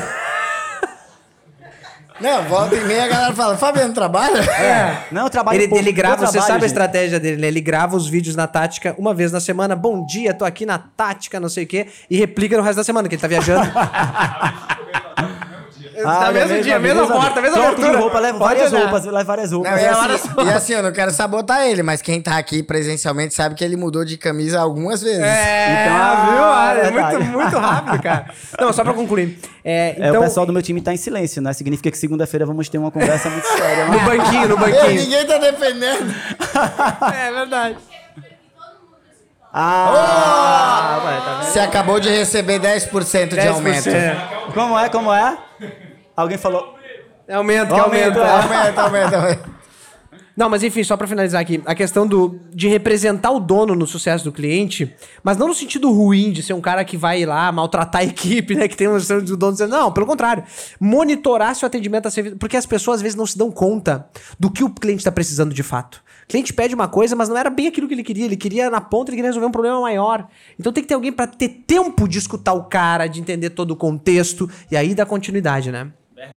Não, volta e meia a galera fala, Fabiano trabalha? Não, eu trabalho pouco. Ele grava, Eu você trabalho, sabe a gente. estratégia dele, né? Ele grava os vídeos na Tática uma vez na semana. Bom dia, tô aqui na Tática, não sei o quê. E replica no resto da semana, que ele tá viajando. Ah, mesmo dia, mesma porta, mesma Troco de abertura. roupa, levo Pode várias olhar. roupas, levo várias roupas. Não, É e assim, eu não quero sabotar ele, mas quem tá aqui presencialmente sabe que ele mudou de camisa algumas vezes. Então, viu? É verdade. muito rápido, cara. Não, só pra concluir. o pessoal do meu time tá em silêncio, né? Significa que segunda-feira vamos ter uma conversa muito séria. No Né? banquinho, no Ei, banquinho. ninguém tá defendendo. É verdade. Vai, tá vendo? Você acabou de receber 10% de aumento. 10%. Como é? Alguém falou... Aumenta. Aumenta. Não, mas enfim, só pra finalizar aqui, a questão de representar o dono no sucesso do cliente, mas não no sentido ruim de ser um cara que vai lá maltratar a equipe, né, que tem uma questão do dono dizendo, não, pelo contrário, monitorar se o atendimento tá servindo, porque as pessoas às vezes não se dão conta do que o cliente tá precisando de fato. O cliente pede uma coisa, mas não era bem aquilo que ele queria na ponta, ele queria resolver um problema maior. Então tem que ter alguém pra ter tempo de escutar o cara, de entender todo o contexto, e aí dar continuidade, né?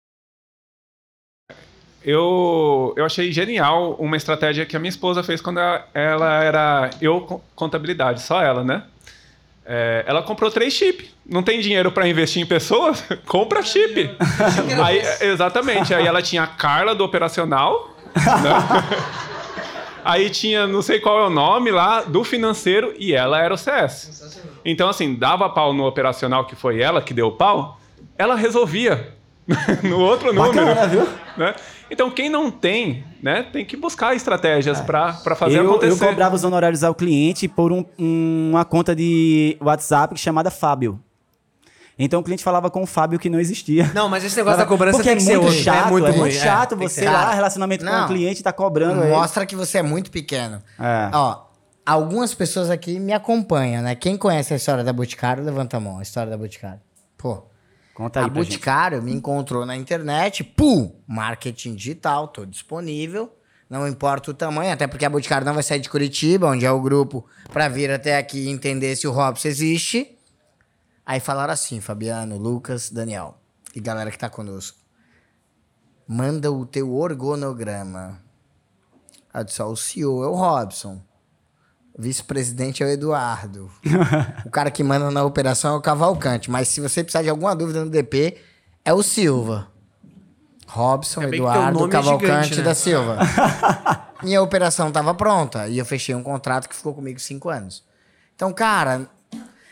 Eu achei genial uma estratégia que a minha esposa fez quando ela era contabilidade, só ela, né? Ela comprou 3 chips. Não tem dinheiro para investir em pessoas? Compra chip. Aí, exatamente. Aí ela tinha a Carla do operacional, né? Aí tinha não sei qual é o nome lá do financeiro e ela era o CS. Então, assim, dava pau no operacional, que foi ela que deu o pau, ela resolvia no outro número. Bacana, viu? Né? Então, quem não tem, né, tem que buscar estratégias para fazer acontecer. Eu cobrava os honorários ao cliente por uma conta de WhatsApp chamada Fábio. Então o cliente falava com o Fábio que não existia. Não, mas esse negócio da cobrança porque tem que ser muito hoje. chato, muito é ruim. muito chato tem que você ser. lá, relacionamento com Não. o cliente, tá cobrando ele. Mostra que você é muito pequeno. É. Ó, algumas pessoas aqui me acompanham, né? Quem conhece a história da Boticário, levanta a mão. A história da Boticário. Pô, Conta aí a pra gente. Boticário me encontrou na internet, marketing digital, tô disponível, não importa o tamanho, até porque a Boticário não vai sair de Curitiba, onde é o grupo, pra vir até aqui e entender se o Robson existe. Aí falaram assim, Fabiano, Lucas, Daniel e galera que tá conosco, manda o teu organograma. Eu disse, ó, o CEO é o Robson, o vice-presidente é o Eduardo, o cara que manda na operação é o Cavalcante, mas se você precisar de alguma dúvida no DP, é o Silva. Robson, bem que teu Eduardo, nome é Cavalcante gigante, né? da Silva. Minha operação tava pronta e eu fechei um contrato que ficou comigo 5 anos. Então, cara,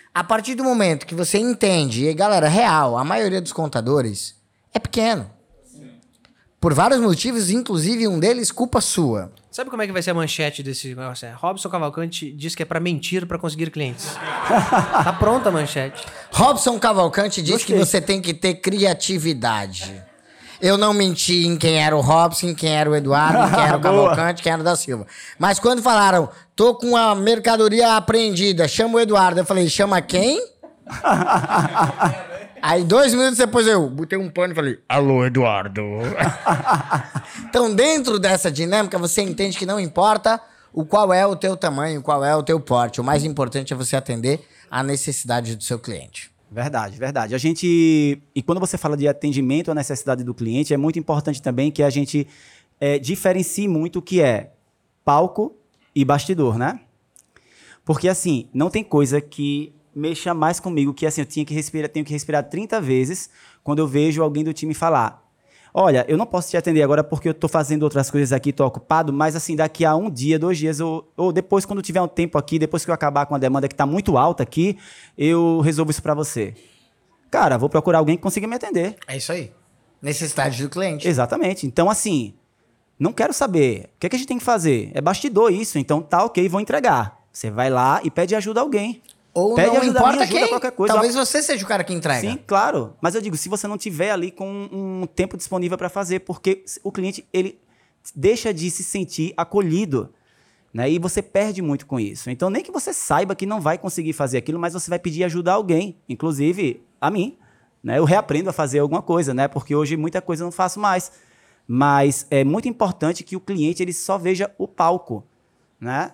A partir do momento que você entende, e galera, real, a maioria dos contadores é pequeno. Por vários motivos, inclusive um deles, culpa sua. Sabe como é que vai ser a manchete desse negócio? Robson Cavalcante diz que é pra mentir pra conseguir clientes. Tá pronta a manchete. Robson Cavalcante diz Gostei. que você tem que ter criatividade. Eu não menti em quem era o Robson, em quem era o Eduardo, em quem era o Boa. Cavalcante, quem era o da Silva. Mas quando falaram, tô com a mercadoria apreendida, chama o Eduardo. Eu falei, chama quem? Aí 2 minutos depois eu botei um pano e falei, alô, Eduardo. Então, dentro dessa dinâmica, você entende que não importa o qual é o teu tamanho, qual é o teu porte. O mais importante é você atender a necessidade do seu cliente. Verdade, verdade. E quando você fala de atendimento à necessidade do cliente, é muito importante também que a gente diferencie muito o que é palco e bastidor, né? Porque, assim, não tem coisa que mexa mais comigo que, assim, eu tenho que respirar 30 vezes quando eu vejo alguém do time falar: olha, eu não posso te atender agora porque eu tô fazendo outras coisas aqui, tô ocupado, mas, assim, daqui a 1 dia, 2 dias, ou depois, quando tiver um tempo aqui, depois que eu acabar com a demanda que tá muito alta aqui, eu resolvo isso pra você. Cara, vou procurar alguém que consiga me atender. É isso aí. Necessidade do cliente. Exatamente. Então, assim, não quero saber. O que é que a gente tem que fazer? É bastidor isso, então tá ok, vou entregar. Você vai lá e pede ajuda a alguém. Ou Pede não ajuda, importa me ajuda, quem. qualquer coisa. Talvez você seja o cara que entrega. Sim, claro. Mas eu digo, se você não tiver ali com um tempo disponível para fazer, porque o cliente, ele deixa de se sentir acolhido, né? E você perde muito com isso. Então, nem que você saiba que não vai conseguir fazer aquilo, mas você vai pedir ajuda a alguém, inclusive a mim, né? Eu reaprendo a fazer alguma coisa, né? Porque hoje muita coisa eu não faço mais. Mas é muito importante que o cliente ele só veja o palco, né?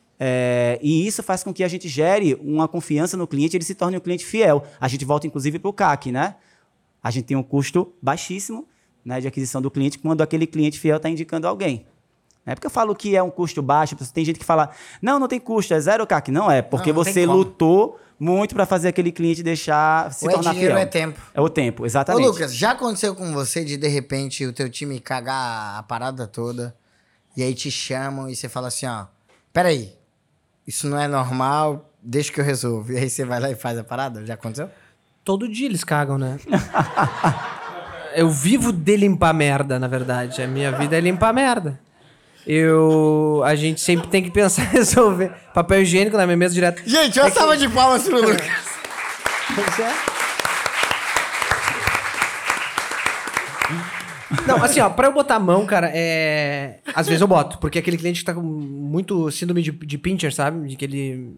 E isso faz com que a gente gere uma confiança no cliente, ele se torne um cliente fiel. A gente volta, inclusive, para o CAC, né? A gente tem um custo baixíssimo, né, de aquisição do cliente quando aquele cliente fiel está indicando alguém. Não é porque eu falo que é um custo baixo, tem gente que fala, não tem custo, é 0 CAC. Não é, porque Não tem você como. lutou muito para fazer aquele cliente deixar se Ou é tornar dinheiro fiel. ou é tempo. É o tempo, Ô, exatamente. Lucas, já aconteceu com você de repente, o teu time cagar a parada toda e aí te chamam e você fala assim, ó, peraí, isso não é normal, deixa que eu resolvo. E aí você vai lá e faz a parada? Já aconteceu? Todo dia eles cagam, né? Eu vivo de limpar merda, na verdade. A minha vida é limpar merda. A gente sempre tem que pensar em resolver. Papel higiênico na minha mesa direto. Gente, uma salva de palmas pro Lucas. Não, assim, ó, pra eu botar a mão, cara, às vezes eu boto, porque aquele cliente que tá com muito síndrome de pincher, sabe? De que ele...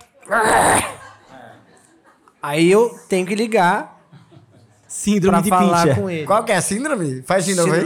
Aí eu tenho que ligar Síndrome pra de falar pincher. com ele. Qual que é a síndrome? Faz de novo aí.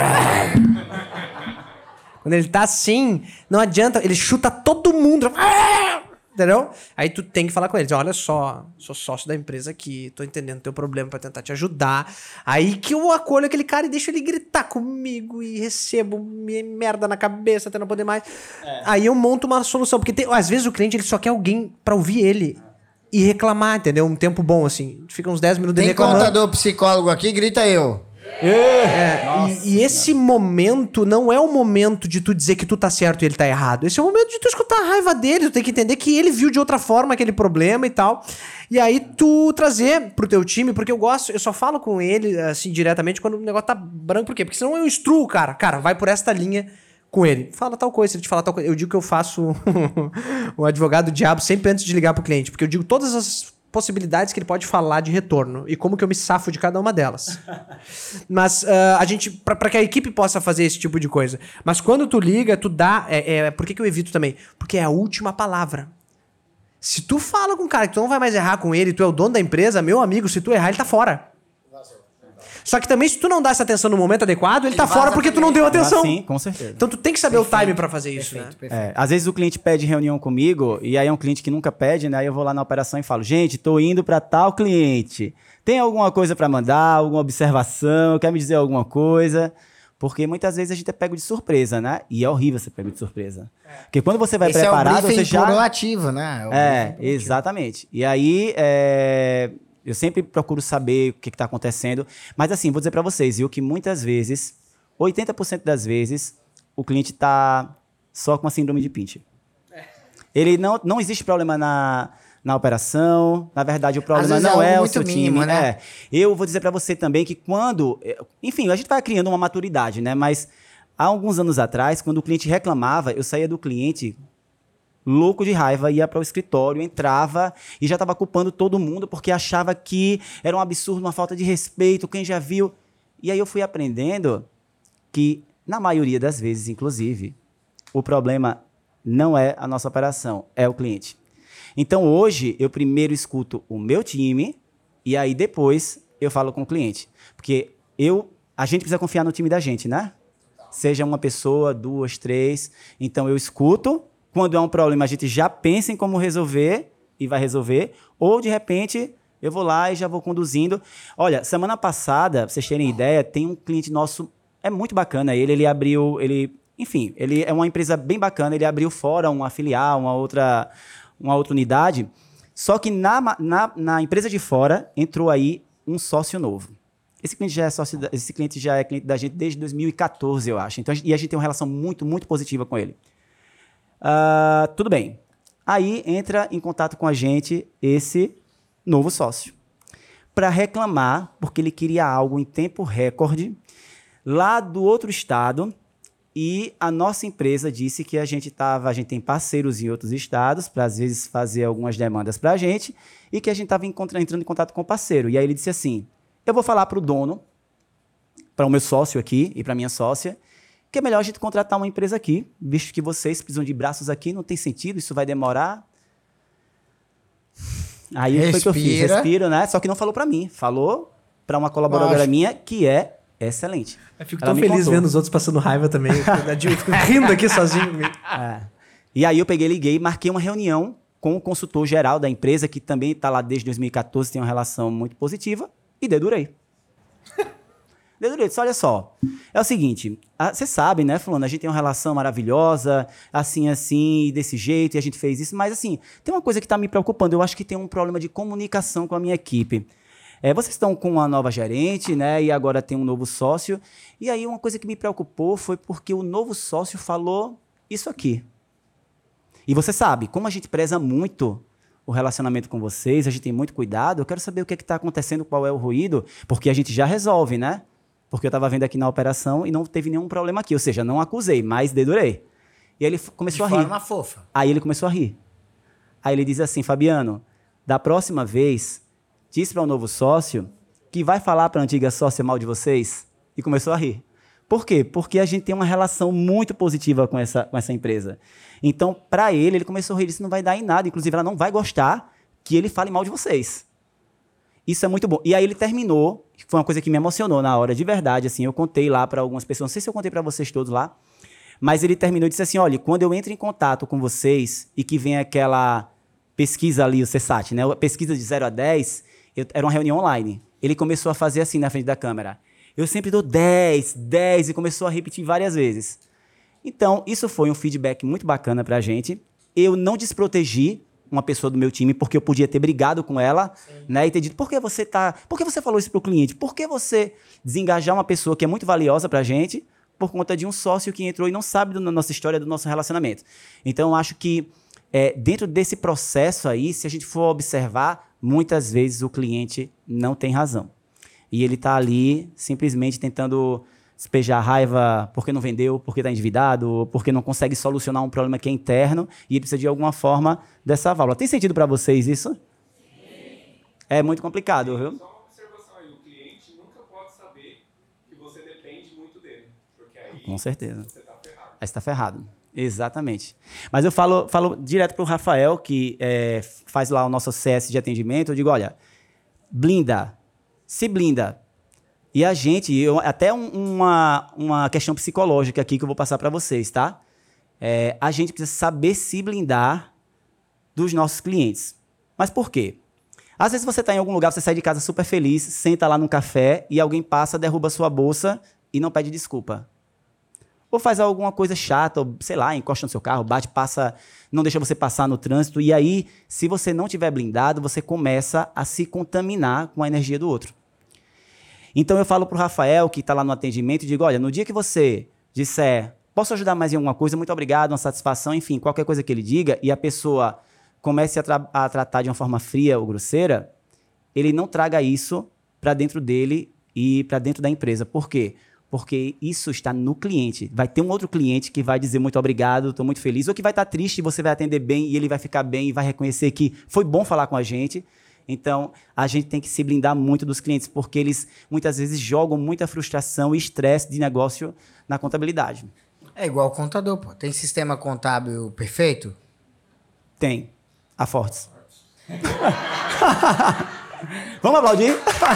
Quando ele tá assim, não adianta, ele chuta todo mundo. Entendeu? Aí tu tem que falar com ele. Diz, olha só, sou sócio da empresa aqui, tô entendendo teu problema pra tentar te ajudar. Aí que eu acolho aquele cara e deixo ele gritar comigo e recebo merda na cabeça até não poder mais. Aí eu monto uma solução. Porque às vezes o cliente ele só quer alguém pra ouvir ele e reclamar, entendeu? Um tempo bom, assim. Fica uns 10 minutos Tem reclamando. contador psicólogo aqui, grita eu. E esse momento não é o momento de tu dizer que tu tá certo e ele tá errado. Esse é o momento de tu escutar a raiva dele, tu tem que entender que ele viu de outra forma aquele problema e tal. E aí tu trazer pro teu time, porque eu só falo com ele, assim, diretamente quando o negócio tá branco. Por quê? Porque senão eu instruo o cara. Cara, vai por esta linha com ele. Fala tal coisa, se ele te falar tal coisa. Eu digo que eu faço o advogado do diabo sempre antes de ligar pro cliente, porque eu digo todas as possibilidades que ele pode falar de retorno e como que eu me safo de cada uma delas. Mas a gente, pra que a equipe possa fazer esse tipo de coisa. Mas quando tu liga, tu dá... por que eu evito também? Porque é a última palavra. Se tu fala com um cara que tu não vai mais errar com ele, tu é o dono da empresa, meu amigo, se tu errar, ele tá fora. Só que também, se tu não dá essa atenção no momento adequado, ele tá vaza fora porque tu não deu atenção. Sim, com certeza. Então tu tem que saber o time pra fazer isso, né? Às vezes o cliente pede reunião comigo, e aí é um cliente que nunca pede, né? Aí eu vou lá na operação e falo, gente, tô indo para tal cliente. Tem alguma coisa para mandar, alguma observação, quer me dizer alguma coisa? Porque muitas vezes a gente é pego de surpresa, né? E é horrível ser pego de surpresa. Porque quando você vai Esse preparado, é o briefing você já... proativo, né? Exatamente. E aí, eu sempre procuro saber o que está acontecendo. Mas assim, vou dizer para vocês, viu, que muitas vezes, 80% das vezes, o cliente está só com a síndrome de pincher. Ele não existe problema na operação. Na verdade, o Às problema vezes é não algo é o muito seu mínimo, time. né? É. Eu vou dizer para você também que quando... Enfim, a gente vai criando uma maturidade, né? Mas há alguns anos atrás, quando o cliente reclamava, eu saía do cliente louco de raiva, ia para o escritório, entrava e já estava culpando todo mundo porque achava que era um absurdo, uma falta de respeito, quem já viu. E aí eu fui aprendendo que, na maioria das vezes, inclusive, o problema não é a nossa operação, é o cliente. Então, hoje, eu primeiro escuto o meu time e aí depois eu falo com o cliente. Porque a gente precisa confiar no time da gente, né? Seja uma pessoa, 2, 3. Então, eu escuto. Quando é um problema, a gente já pensa em como resolver e vai resolver. Ou, de repente, eu vou lá e já vou conduzindo. Olha, semana passada, pra vocês terem ideia, tem um cliente nosso, é muito bacana. Ele abriu, enfim, ele é uma empresa bem bacana. Ele abriu fora uma filial, uma outra unidade. Só que na empresa de fora entrou aí um sócio novo. Esse cliente já é cliente da gente desde 2014, eu acho. Então, e a gente tem uma relação muito, muito positiva com ele. Tudo bem. Aí entra em contato com a gente esse novo sócio para reclamar, porque ele queria algo em tempo recorde lá do outro estado e a nossa empresa disse que a gente tem parceiros em outros estados para às vezes fazer algumas demandas para a gente e que a gente estava entrando em contato com o parceiro. E aí ele disse assim, eu vou falar para o dono, para o meu sócio aqui e para a minha sócia, que é melhor a gente contratar uma empresa aqui, visto que vocês precisam de braços aqui, não tem sentido, isso vai demorar. Aí o que foi que eu fiz? Respiro, né? Só que não falou para mim, falou para uma colaboradora minha que é excelente. Eu fico tão feliz vendo os outros passando raiva também. Eu fico rindo aqui sozinho. E aí eu liguei e marquei uma reunião com o consultor geral da empresa, que também está lá desde 2014, tem uma relação muito positiva, e dedurei. Disse, olha só, é o seguinte, você sabe, né, fulano, a gente tem uma relação maravilhosa, assim, e desse jeito, e a gente fez isso, mas assim, tem uma coisa que está me preocupando, eu acho que tem um problema de comunicação com a minha equipe. Vocês estão com uma nova gerente, né, e agora tem um novo sócio, e aí uma coisa que me preocupou foi porque o novo sócio falou isso aqui. E você sabe, como a gente preza muito o relacionamento com vocês, a gente tem muito cuidado, eu quero saber o que está acontecendo, qual é o ruído, porque a gente já resolve, né? Porque eu estava vendo aqui na operação e não teve nenhum problema aqui. Ou seja, não acusei, mas dedurei. E aí ele começou a rir. De forma fofa. Aí ele começou a rir. Aí ele diz assim, Fabiano, da próxima vez, diz para o novo sócio que vai falar para a antiga sócia mal de vocês. E começou a rir. Por quê? Porque a gente tem uma relação muito positiva com essa empresa. Então, para ele começou a rir. Isso não vai dar em nada. Inclusive, ela não vai gostar que ele fale mal de vocês. Isso é muito bom. E aí ele terminou, foi uma coisa que me emocionou na hora, de verdade, assim, eu contei lá para algumas pessoas, não sei se eu contei para vocês todos lá, mas ele terminou e disse assim, olha, quando eu entro em contato com vocês e que vem aquela pesquisa ali, o CSAT, né, pesquisa de 0 a 10, era uma reunião online. Ele começou a fazer assim na frente da câmera. Eu sempre dou 10, 10, e começou a repetir várias vezes. Então, isso foi um feedback muito bacana pra gente. Eu não desprotegi uma pessoa do meu time, porque eu podia ter brigado com ela, né, e ter dito, por que você falou isso pro cliente? Por que você desengajar uma pessoa que é muito valiosa pra gente por conta de um sócio que entrou e não sabe da nossa história, do nosso relacionamento? Então, eu acho que dentro desse processo aí, se a gente for observar, muitas vezes o cliente não tem razão. E ele tá ali simplesmente tentando despejar raiva porque não vendeu, porque está endividado, porque não consegue solucionar um problema que é interno e ele precisa de alguma forma dessa válvula. Tem sentido para vocês isso? Sim. É muito complicado, viu? Só uma observação aí, o cliente nunca pode saber que você depende muito dele, porque aí com certeza. Você está ferrado. Aí está ferrado. Exatamente. Mas eu falo direto para o Rafael, que faz lá o nosso CS de atendimento, eu digo, olha, se blinda. E a gente, até uma questão psicológica aqui que eu vou passar para vocês, tá? A gente precisa saber se blindar dos nossos clientes. Mas por quê? Às vezes você está em algum lugar, você sai de casa super feliz, senta lá num café e alguém passa, derruba sua bolsa e não pede desculpa. Ou faz alguma coisa chata, ou sei lá, encosta no seu carro, bate, passa, não deixa você passar no trânsito. E aí, se você não tiver blindado, você começa a se contaminar com a energia do outro. Então eu falo para o Rafael, que está lá no atendimento, e digo, olha, no dia que você disser, posso ajudar mais em alguma coisa, muito obrigado, uma satisfação, enfim, qualquer coisa que ele diga, e a pessoa comece a tratar de uma forma fria ou grosseira, ele não traga isso para dentro dele e para dentro da empresa. Por quê? Porque isso está no cliente. Vai ter um outro cliente que vai dizer muito obrigado, estou muito feliz, ou que vai estar triste e você vai atender bem e ele vai ficar bem e vai reconhecer que foi bom falar com a gente. Então, a gente tem que se blindar muito dos clientes, porque eles muitas vezes jogam muita frustração e estresse de negócio na contabilidade. É igual o contador, pô. Tem sistema contábil perfeito? Tem. A Fortes. Vamos aplaudir?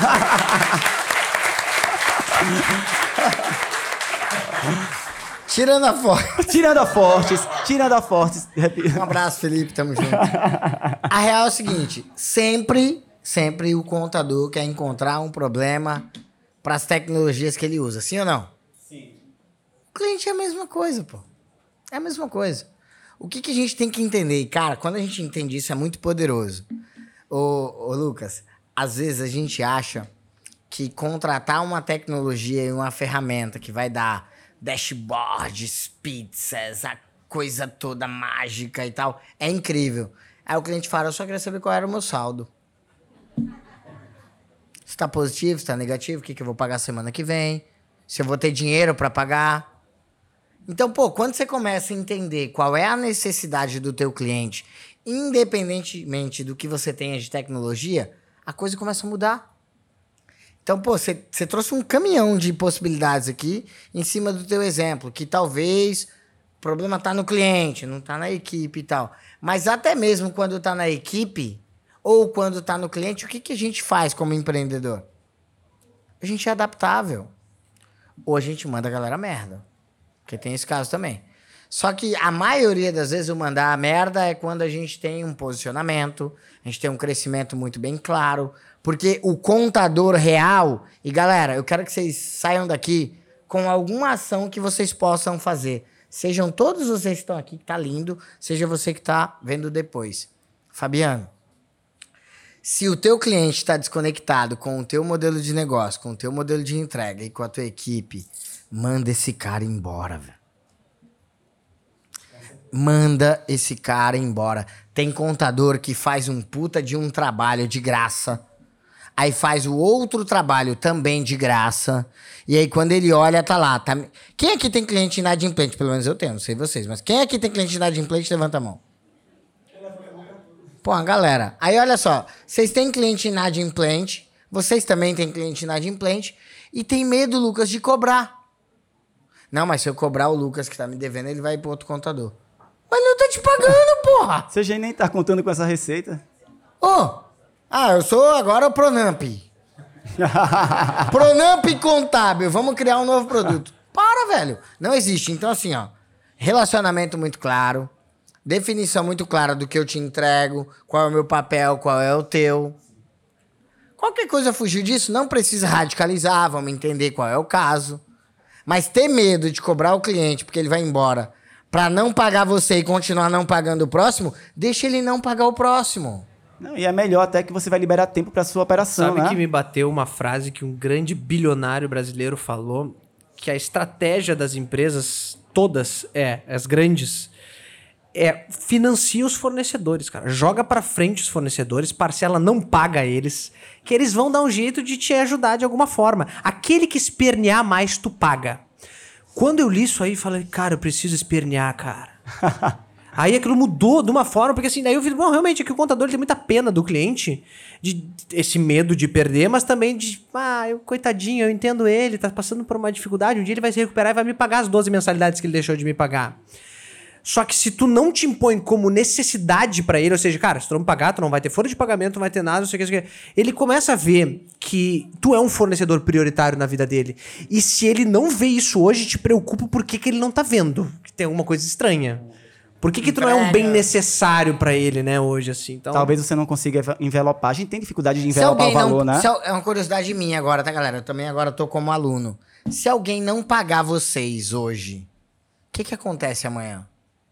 Tirando a foto. Tirando a Fortes. Um abraço, Felipe, tamo junto. A real é o seguinte, sempre o contador quer encontrar um problema para as tecnologias que ele usa, sim ou não? Sim. O cliente é a mesma coisa, pô. É a mesma coisa. O que a gente tem que entender? E, cara, quando a gente entende isso, é muito poderoso. Ô, Lucas, às vezes a gente acha que contratar uma tecnologia e uma ferramenta que vai dar dashboards, pizzas, a coisa toda mágica e tal, é incrível. Aí o cliente fala, eu só queria saber qual era o meu saldo. Se tá positivo, se tá negativo, o que eu vou pagar semana que vem, se eu vou ter dinheiro para pagar. Então, pô, quando você começa a entender qual é a necessidade do teu cliente, independentemente do que você tenha de tecnologia, a coisa começa a mudar. Então, pô, você trouxe um caminhão de possibilidades aqui em cima do teu exemplo, que talvez o problema tá no cliente, não tá na equipe e tal. Mas até mesmo quando tá na equipe ou quando tá no cliente, o que a gente faz como empreendedor? A gente é adaptável. Ou a gente manda a galera merda. Porque tem esse caso também. Só que a maioria das vezes o mandar a merda é quando a gente tem um posicionamento, a gente tem um crescimento muito bem claro, porque o contador real... E galera, eu quero que vocês saiam daqui com alguma ação que vocês possam fazer. Sejam todos vocês que estão aqui, que tá lindo, seja você que tá vendo depois. Fabiano, se o teu cliente está desconectado com o teu modelo de negócio, com o teu modelo de entrega e com a tua equipe, manda esse cara embora, velho. Manda esse cara embora. Tem contador que faz um puta de um trabalho de graça. Aí faz o outro trabalho também de graça. E aí quando ele olha, tá lá. Tá... Quem aqui tem cliente inadimplente? Pelo menos eu tenho, não sei vocês. Mas quem aqui tem cliente inadimplente, levanta a mão. Pô, galera. Aí olha só. Vocês têm cliente inadimplente. Vocês também têm cliente inadimplente. E tem medo, Lucas, de cobrar. Não, mas se eu cobrar o Lucas que tá me devendo, ele vai pro outro contador. Mas não tô te pagando, porra! Você já nem tá contando com essa receita? Eu sou agora o Pronamp. Pronamp Contábil. Vamos criar um novo produto. Para, velho. Não existe. Então, assim, ó. Relacionamento muito claro. Definição muito clara do que eu te entrego. Qual é o meu papel, qual é o teu. Qualquer coisa fugir disso, não precisa radicalizar. Vamos entender qual é o caso. Mas ter medo de cobrar o cliente porque ele vai embora pra não pagar você e continuar não pagando o próximo, deixa ele não pagar o próximo. Não, e é melhor até que você vai liberar tempo para sua operação, Sabe né? que me bateu uma frase que um grande bilionário brasileiro falou, que a estratégia das empresas, todas, as grandes, financia os fornecedores, cara. Joga pra frente os fornecedores, parcela, não paga eles, que eles vão dar um jeito de te ajudar de alguma forma. Aquele que espernear mais, tu paga. Quando eu li isso aí, falei, cara, eu preciso espernear, cara. Aí aquilo mudou de uma forma, porque assim, daí eu vi, bom, realmente, é que o contador tem muita pena do cliente, de esse medo de perder, mas também de, coitadinho, eu entendo ele, tá passando por uma dificuldade, um dia ele vai se recuperar e vai me pagar as 12 mensalidades que ele deixou de me pagar. Só que se tu não te impõe como necessidade pra ele, ou seja, cara, se tu não me pagar, tu não vai ter folha de pagamento, não vai ter nada, não sei o que, ele começa a ver que tu é um fornecedor prioritário na vida dele. E se ele não vê isso hoje, te preocupa por que ele não tá vendo, que tem alguma coisa estranha. Por que tu não é um bem necessário pra ele, né, hoje, assim? Então... Talvez você não consiga envelopar. A gente tem dificuldade de envelopar o valor, né? É uma curiosidade minha agora, tá, galera? Eu também agora tô como aluno. Se alguém não pagar vocês hoje, o que acontece amanhã?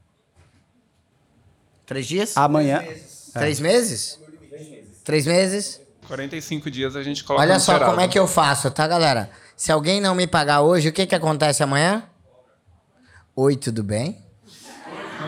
3 dias? Amanhã. 3 meses? 3 meses? 45 dias a gente coloca Olha no só Serasa. como é que eu faço, tá, galera? Se alguém não me pagar hoje, o que acontece amanhã? Oi, tudo bem?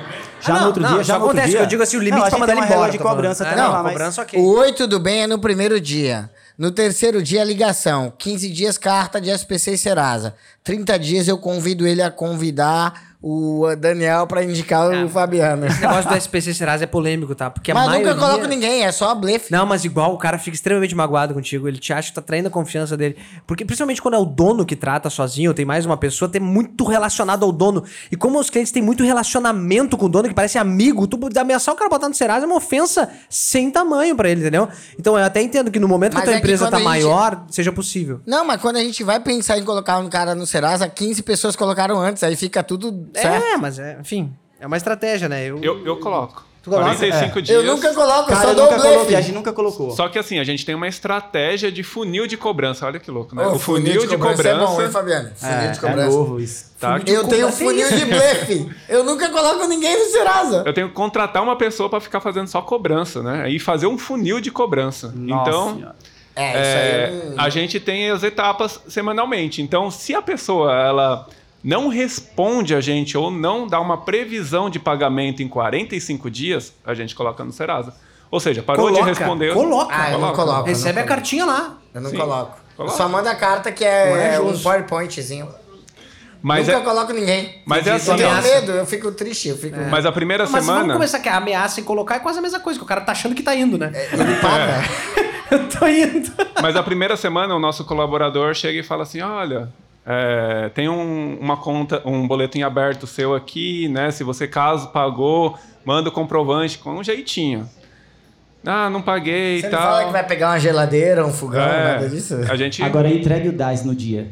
Já no outro dia, já isso no outro acontece, dia. que eu digo assim, o limite Não, a pra gente mandar tem ele uma embora. regra de tô falando. cobrança também Não, lá, mas... cobrança, ok. O oi, tudo bem, é no primeiro dia. No terceiro dia, a ligação. 15 dias, carta de SPC e Serasa. 30 dias, eu convido ele a convidar o Daniel pra indicar o Fabiano. Esse negócio do SPC Serasa é polêmico, tá? Porque a Mas maioria... nunca coloco ninguém, é só blefe. Não, mas igual o cara fica extremamente magoado contigo, ele te acha que tá traindo a confiança dele. Porque principalmente quando é o dono que trata sozinho, tem mais uma pessoa, tem muito relacionado ao dono. E como os clientes têm muito relacionamento com o dono, que parece amigo, tu ameaçar o cara botar no Serasa é uma ofensa sem tamanho pra ele, entendeu? Então eu até entendo que no momento que a Mas tua é que empresa quando tá a gente- maior, seja possível. Não, mas quando a gente vai pensar em colocar um cara no Serasa, 15 pessoas colocaram antes, aí fica tudo certo. É, mas enfim, é uma estratégia, né? Eu coloco. Tu coloca? 45 dias. Eu nunca coloco, eu Cara, só eu dou nunca o blefe. coloquei, a gente nunca colocou. Só que assim, a gente tem uma estratégia de funil de cobrança. Olha que louco, né? Ô, O funil de cobrança. é bom, hein, Fabiano? Funil de É cobrança. novo isso. Tá? Eu tenho funil de blefe. Eu nunca coloco ninguém no Serasa. Eu tenho que contratar uma pessoa para ficar fazendo só cobrança, né? E fazer um funil de cobrança. Nossa Então, Senhora. Isso aí. a gente tem as etapas semanalmente. Então, se a pessoa ela não responde a gente ou não dá uma previsão de pagamento em 45 dias, a gente coloca no Serasa. Ou seja, parou de responder. Coloca. Ah, eu não coloco. Recebe eu a não cartinha lá. Eu não Sim. coloco. Eu Coloca. só mando a carta que é um Corajoso. PowerPointzinho. Mas, Nunca é, coloco ninguém. mas é Eu assim, tenho ó. medo, eu fico triste. Eu fico... Mas a primeira Mas vamos semana. começar que a ameaça em colocar é quase a mesma coisa, que o cara tá achando que tá indo, né? Ele paga. Eu tô indo. Mas a primeira semana o nosso colaborador chega e fala assim: olha, tem uma conta, um boletim aberto seu aqui, né? Se você caso pagou, manda o comprovante com um jeitinho. Ah, não paguei Você e não tal. fala que vai pegar uma geladeira, um fogão, É, nada disso? A gente. Agora entregue o DAS no dia.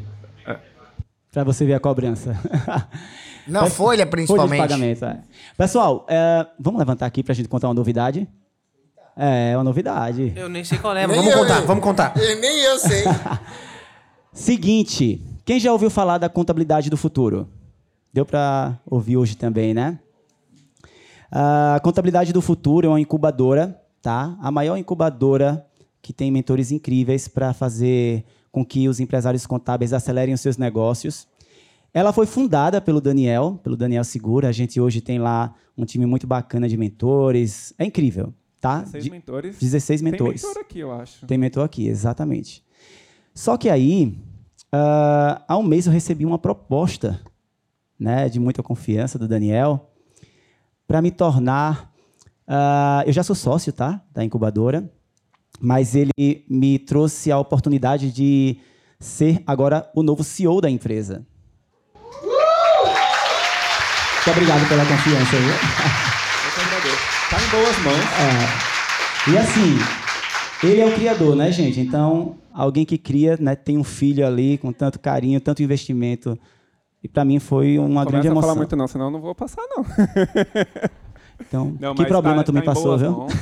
Pra você ver a cobrança. Não, folha Folha de principalmente. pagamento, é. Pessoal, vamos levantar aqui pra gente contar uma novidade? É uma novidade. Eu nem sei qual é, Nem mas vamos eu, contar, né? vamos contar. Nem eu sei. Seguinte, quem já ouviu falar da contabilidade do futuro? Deu pra ouvir hoje também, né? A contabilidade do futuro é uma incubadora, tá? A maior incubadora que tem mentores incríveis para fazer com que os empresários contábeis acelerem os seus negócios. Ela foi fundada pelo Daniel Segura. A gente hoje tem lá um time muito bacana de mentores. É incrível, tá? 16 mentores. 16 mentores. Tem mentor aqui, eu acho. Tem mentor aqui, exatamente. Só que aí, há um mês eu recebi uma proposta, né, de muita confiança do Daniel para me tornar... eu já sou sócio, tá, da incubadora, mas ele me trouxe a oportunidade de ser agora o novo CEO da empresa. Muito obrigado pela confiança aí. Tá em boas mãos. E assim, ele é o criador, né, gente? Então, alguém que cria, né, tem um filho ali com tanto carinho, tanto investimento. E para mim foi uma grande Começa a emoção. falar muito não, senão eu não vou passar, não. Então, Não, que mas problema tu me em passou, boas viu? mãos.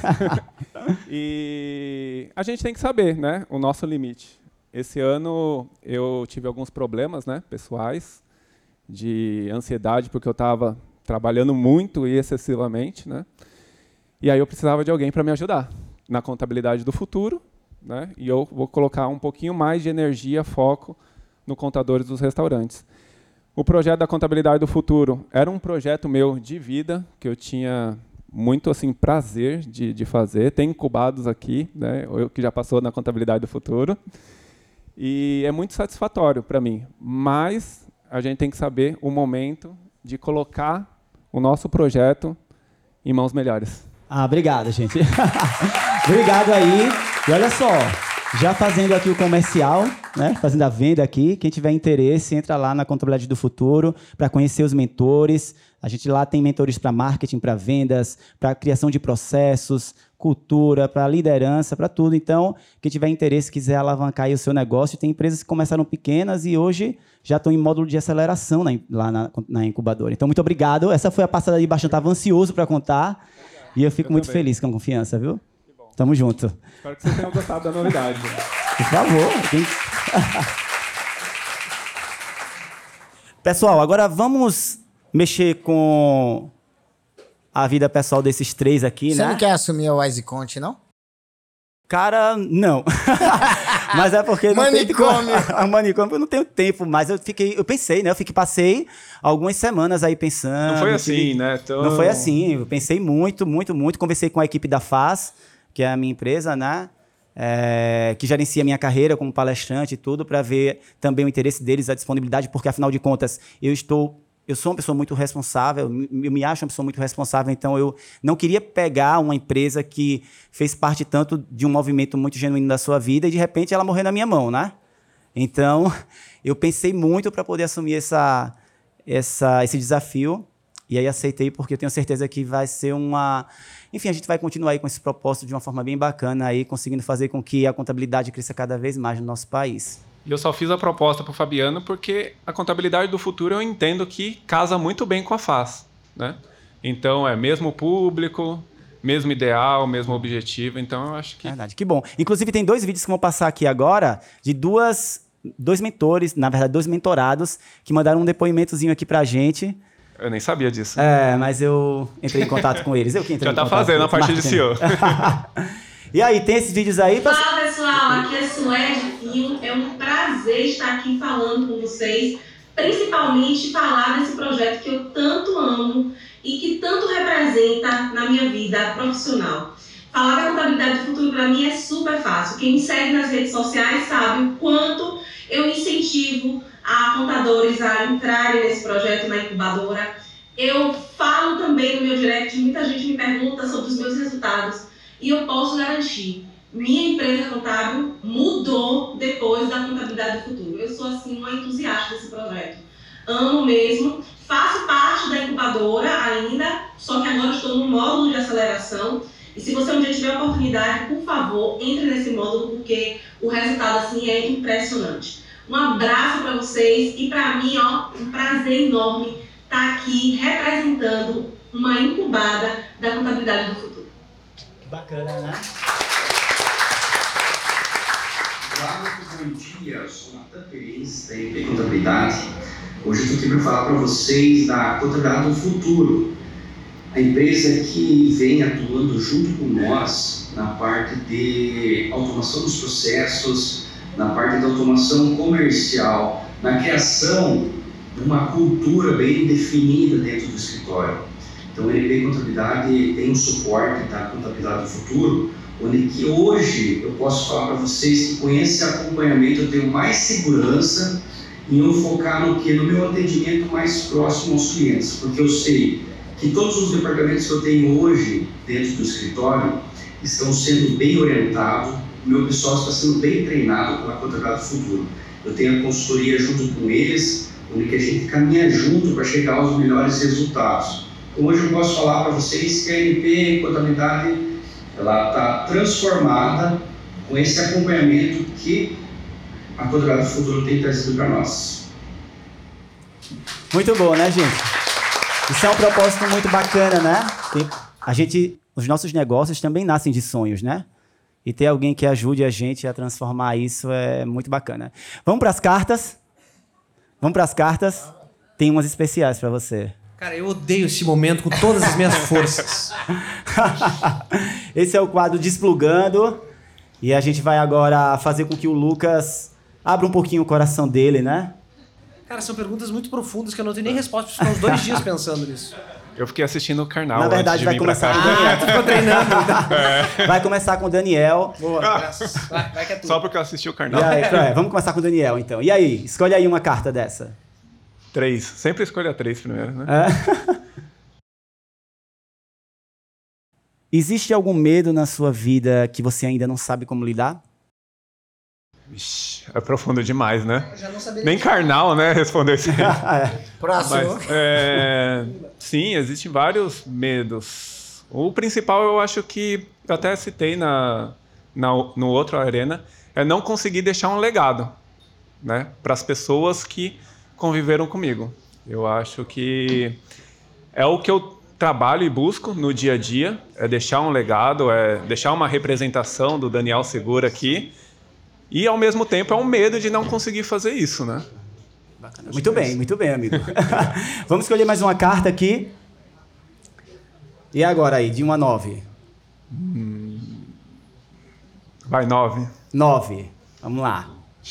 E a gente tem que saber, né, o nosso limite. Esse ano eu tive alguns problemas, né, pessoais, de ansiedade, porque eu estava trabalhando muito e excessivamente, né? E aí eu precisava de alguém para me ajudar na contabilidade do futuro, né? E eu vou colocar um pouquinho mais de energia, foco no Contadores dos Restaurantes. O projeto da contabilidade do futuro era um projeto meu de vida, que eu tinha muito assim prazer de fazer. Tem incubados aqui, né? Eu que já passou na contabilidade do futuro. E é muito satisfatório para mim. Mas a gente tem que saber o momento de colocar o nosso projeto em mãos melhores. Obrigado, gente. Obrigado aí. E olha só, já fazendo aqui o comercial, né? Fazendo a venda aqui. Quem tiver interesse, entra lá na Contabilidade do Futuro para conhecer os mentores. A gente lá tem mentores para marketing, para vendas, para criação de processos, cultura, para liderança, para tudo. Então, quem tiver interesse, quiser alavancar aí o seu negócio, tem empresas que começaram pequenas e hoje já estão em módulo de aceleração lá na incubadora. Então, muito obrigado. Essa foi a passada de bastante. Estava ansioso para contar e eu fico muito feliz com a confiança, viu? Tamo junto. Espero que vocês tenham gostado da novidade. Por favor. Pessoal, agora vamos mexer com a vida pessoal desses três aqui, Você né? não quer assumir a WiseConte, não? Cara, não. Mas é porque... Manicômio. Manicômio, eu não tenho tempo, mas eu pensei, né? Passei algumas semanas aí pensando. Não foi assim, né? Então... Não foi assim. Eu pensei muito, muito, muito. Conversei com a equipe da FAS, que é a minha empresa, né? Que gerencia a minha carreira como palestrante e tudo, para ver também o interesse deles, a disponibilidade, porque, afinal de contas, eu sou uma pessoa muito responsável, eu me acho uma pessoa muito responsável, então eu não queria pegar uma empresa que fez parte tanto de um movimento muito genuíno da sua vida e, de repente, ela morrer na minha mão, né? Então, eu pensei muito para poder assumir esse desafio e aí aceitei porque eu tenho certeza que vai ser uma... Enfim, a gente vai continuar aí com esse propósito de uma forma bem bacana, aí, conseguindo fazer com que a contabilidade cresça cada vez mais no nosso país. E eu só fiz a proposta para o Fabiano porque a contabilidade do futuro eu entendo que casa muito bem com a FAS, né? Então, é mesmo público, mesmo ideal, mesmo objetivo. Então, eu acho que... Verdade, que bom. Inclusive, tem 2 vídeos que vão passar aqui agora de dois mentores, na verdade, 2 mentorados, que mandaram um depoimentozinho aqui pra gente. Eu nem sabia disso. Mas eu entrei em contato com eles. Eu que entrei Já em tá contato fazendo com a parte de CEO. E aí, tem esses vídeos aí? Fala, pessoal, aqui é Suede Fio. É um prazer estar aqui falando com vocês, principalmente falar desse projeto que eu tanto amo e que tanto representa na minha vida profissional. Falar da contabilidade do futuro para mim é super fácil. Quem me segue nas redes sociais sabe o quanto eu incentivo a contadores a entrarem nesse projeto na incubadora. Eu falo também no meu direct, muita gente me pergunta sobre os meus resultados. E eu posso garantir, minha empresa contábil mudou depois da contabilidade do futuro. Eu sou, assim, uma entusiasta desse projeto. Amo mesmo. Faço parte da incubadora ainda, só que agora estou no módulo de aceleração. E se você um dia tiver a oportunidade, por favor, entre nesse módulo, porque o resultado, assim, é impressionante. Um abraço para vocês e para mim, um prazer enorme estar aqui representando uma incubada da contabilidade do futuro. Bacana, né? Olá, bom dia. Eu sou Natan Perez, da MP Contabilidade. Hoje eu estou aqui para falar para vocês da Contabilidade do Futuro, a empresa que vem atuando junto com nós na parte de automação dos processos, na parte de automação comercial, na criação de uma cultura bem definida dentro do escritório. Então, a NP Contabilidade tem um suporte da Contabilidade do Futuro, onde que hoje eu posso falar para vocês que com esse acompanhamento eu tenho mais segurança em eu focar no meu atendimento mais próximo aos clientes, porque eu sei que todos os departamentos que eu tenho hoje dentro do escritório estão sendo bem orientados, o meu pessoal está sendo bem treinado pela Contabilidade do Futuro. Eu tenho a consultoria junto com eles, onde que a gente caminha junto para chegar aos melhores resultados. Então, hoje eu posso falar para vocês que a NP Contabilidade ela está transformada com esse acompanhamento que a Contabilidade do Futuro tem trazido para nós. Muito bom, né, gente? Isso é um propósito muito bacana, né? Os nossos negócios também nascem de sonhos, né? E ter alguém que ajude a gente a transformar isso é muito bacana. Vamos para as cartas? Vamos para as cartas? Tem umas especiais para você. Cara, eu odeio esse momento com todas as minhas forças. Esse é o quadro Desplugando. E a gente vai agora fazer com que o Lucas abra um pouquinho o coração dele, né? Cara, são perguntas muito profundas que eu não tenho nem resposta. Ficar uns 2 dias pensando nisso. Eu fiquei assistindo o Karnal. Na verdade, vai começar com o Daniel. Tu ficou treinando. Vai começar com o Daniel. Boa, graças. Vai que é tudo. Só porque eu assisti o E Karnal. aí, vamos começar com o Daniel, então. E aí, escolhe aí uma carta dessa. 3. Sempre escolha 3 primeiro, né? Existe algum medo na sua vida que você ainda não sabe como lidar? Ixi, é profundo demais, né? Já não saberia. Nem Karnal, né? Respondeu isso aí. Próximo. Mas, sim, existem vários medos. O principal, eu acho que eu até citei no outro Arena, é não conseguir deixar um legado, né, para as pessoas que conviveram comigo. Eu acho que é o que eu trabalho e busco no dia a dia, é deixar um legado, é deixar uma representação do Daniel Segura aqui, e ao mesmo tempo é um medo de não conseguir fazer isso, né? Muito bem, amigo. Vamos escolher mais uma carta aqui. E agora aí, de 1 a 9? Vai, 9. 9. Vamos lá.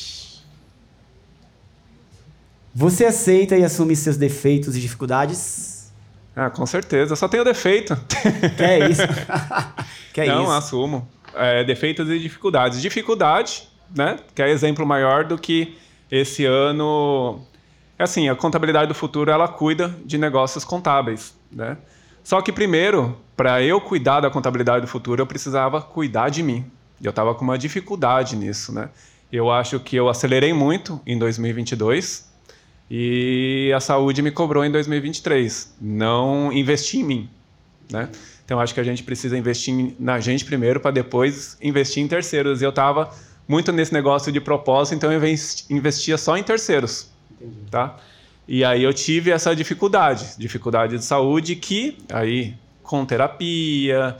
Você aceita e assume seus defeitos e dificuldades? Ah, com certeza. Eu só tenho defeito. Que é isso? Que é Não, isso? assumo. Defeitos e dificuldades. Dificuldade, né? Que é exemplo maior do que esse ano... Assim, a contabilidade do futuro, ela cuida de negócios contábeis, né? Só que primeiro, para eu cuidar da contabilidade do futuro, eu precisava cuidar de mim. E eu estava com uma dificuldade nisso, né? Eu acho que eu acelerei muito em 2022 e a saúde me cobrou em 2023. Não investi em mim, né? Então, acho que a gente precisa investir na gente primeiro para depois investir em terceiros. E eu estava muito nesse negócio de propósito, então eu investia só em terceiros. Entendi. Tá? E aí eu tive essa dificuldade de saúde que aí com terapia,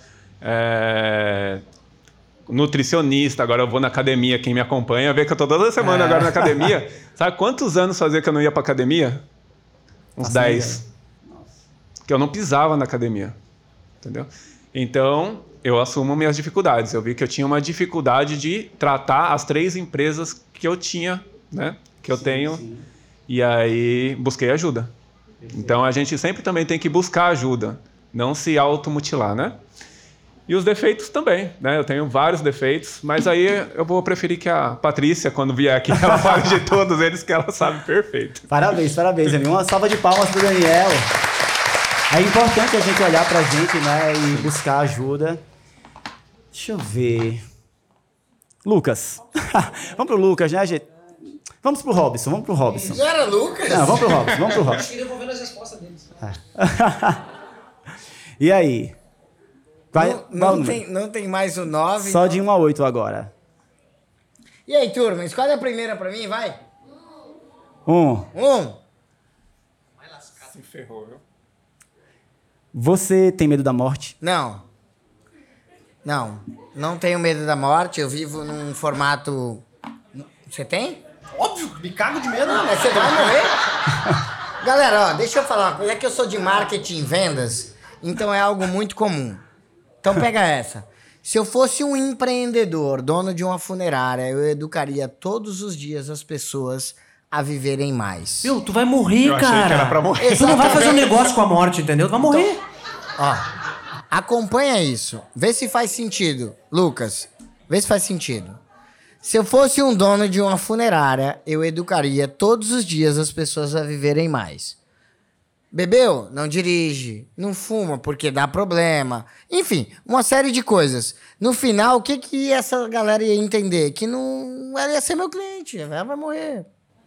nutricionista, agora eu vou na academia, quem me acompanha vê que eu tô toda semana agora na academia. Sabe quantos anos fazia que eu não ia para academia? Uns 10. Que eu não pisava na academia. Entendeu? Então, eu assumo minhas dificuldades. Eu vi que eu tinha uma dificuldade de tratar as 3 empresas que eu tinha, né? Que eu tenho. Sim. E aí, busquei ajuda. Então, a gente sempre também tem que buscar ajuda. Não se automutilar, né? E os defeitos também, né? Eu tenho vários defeitos, mas aí eu vou preferir que a Patrícia, quando vier aqui, ela fale de todos eles, que ela sabe perfeito. Parabéns, parabéns. Uma salva de palmas pro Daniel. É importante a gente olhar pra gente, né, e buscar ajuda. Deixa eu ver. Lucas. Vamos pro Lucas, né, gente? Vamos pro Robson. Não era Lucas? Não, vamos pro Robson. Acho que devolvendo as respostas deles. E aí? Não tem mais o 9. Só de 1 a 8 agora. E aí, turma, escolhe a primeira pra mim, vai. 1. Se ferrou, viu? Você tem medo da morte? Não tenho medo da morte. Eu vivo num formato... Você tem? Óbvio, me cago de medo. Não, mas você vai morrer. Galera, ó, deixa eu falar uma coisa. É que eu sou de marketing e vendas, então é algo muito comum. Então pega essa. Se eu fosse um empreendedor, dono de uma funerária, eu educaria todos os dias as pessoas a viverem mais. Meu, tu vai morrer, eu achei cara. que era pra morrer. Tu não vai fazer um negócio com a morte, entendeu? Tu vai morrer. Ó, acompanha isso. Vê se faz sentido. Lucas, vê se faz sentido. Se eu fosse um dono de uma funerária, eu educaria todos os dias as pessoas a viverem mais. Bebeu? Não dirige. Não fuma porque dá problema. Enfim, uma série de coisas. No final, o que essa galera ia entender? Que não... ela ia ser meu cliente. Ela vai morrer.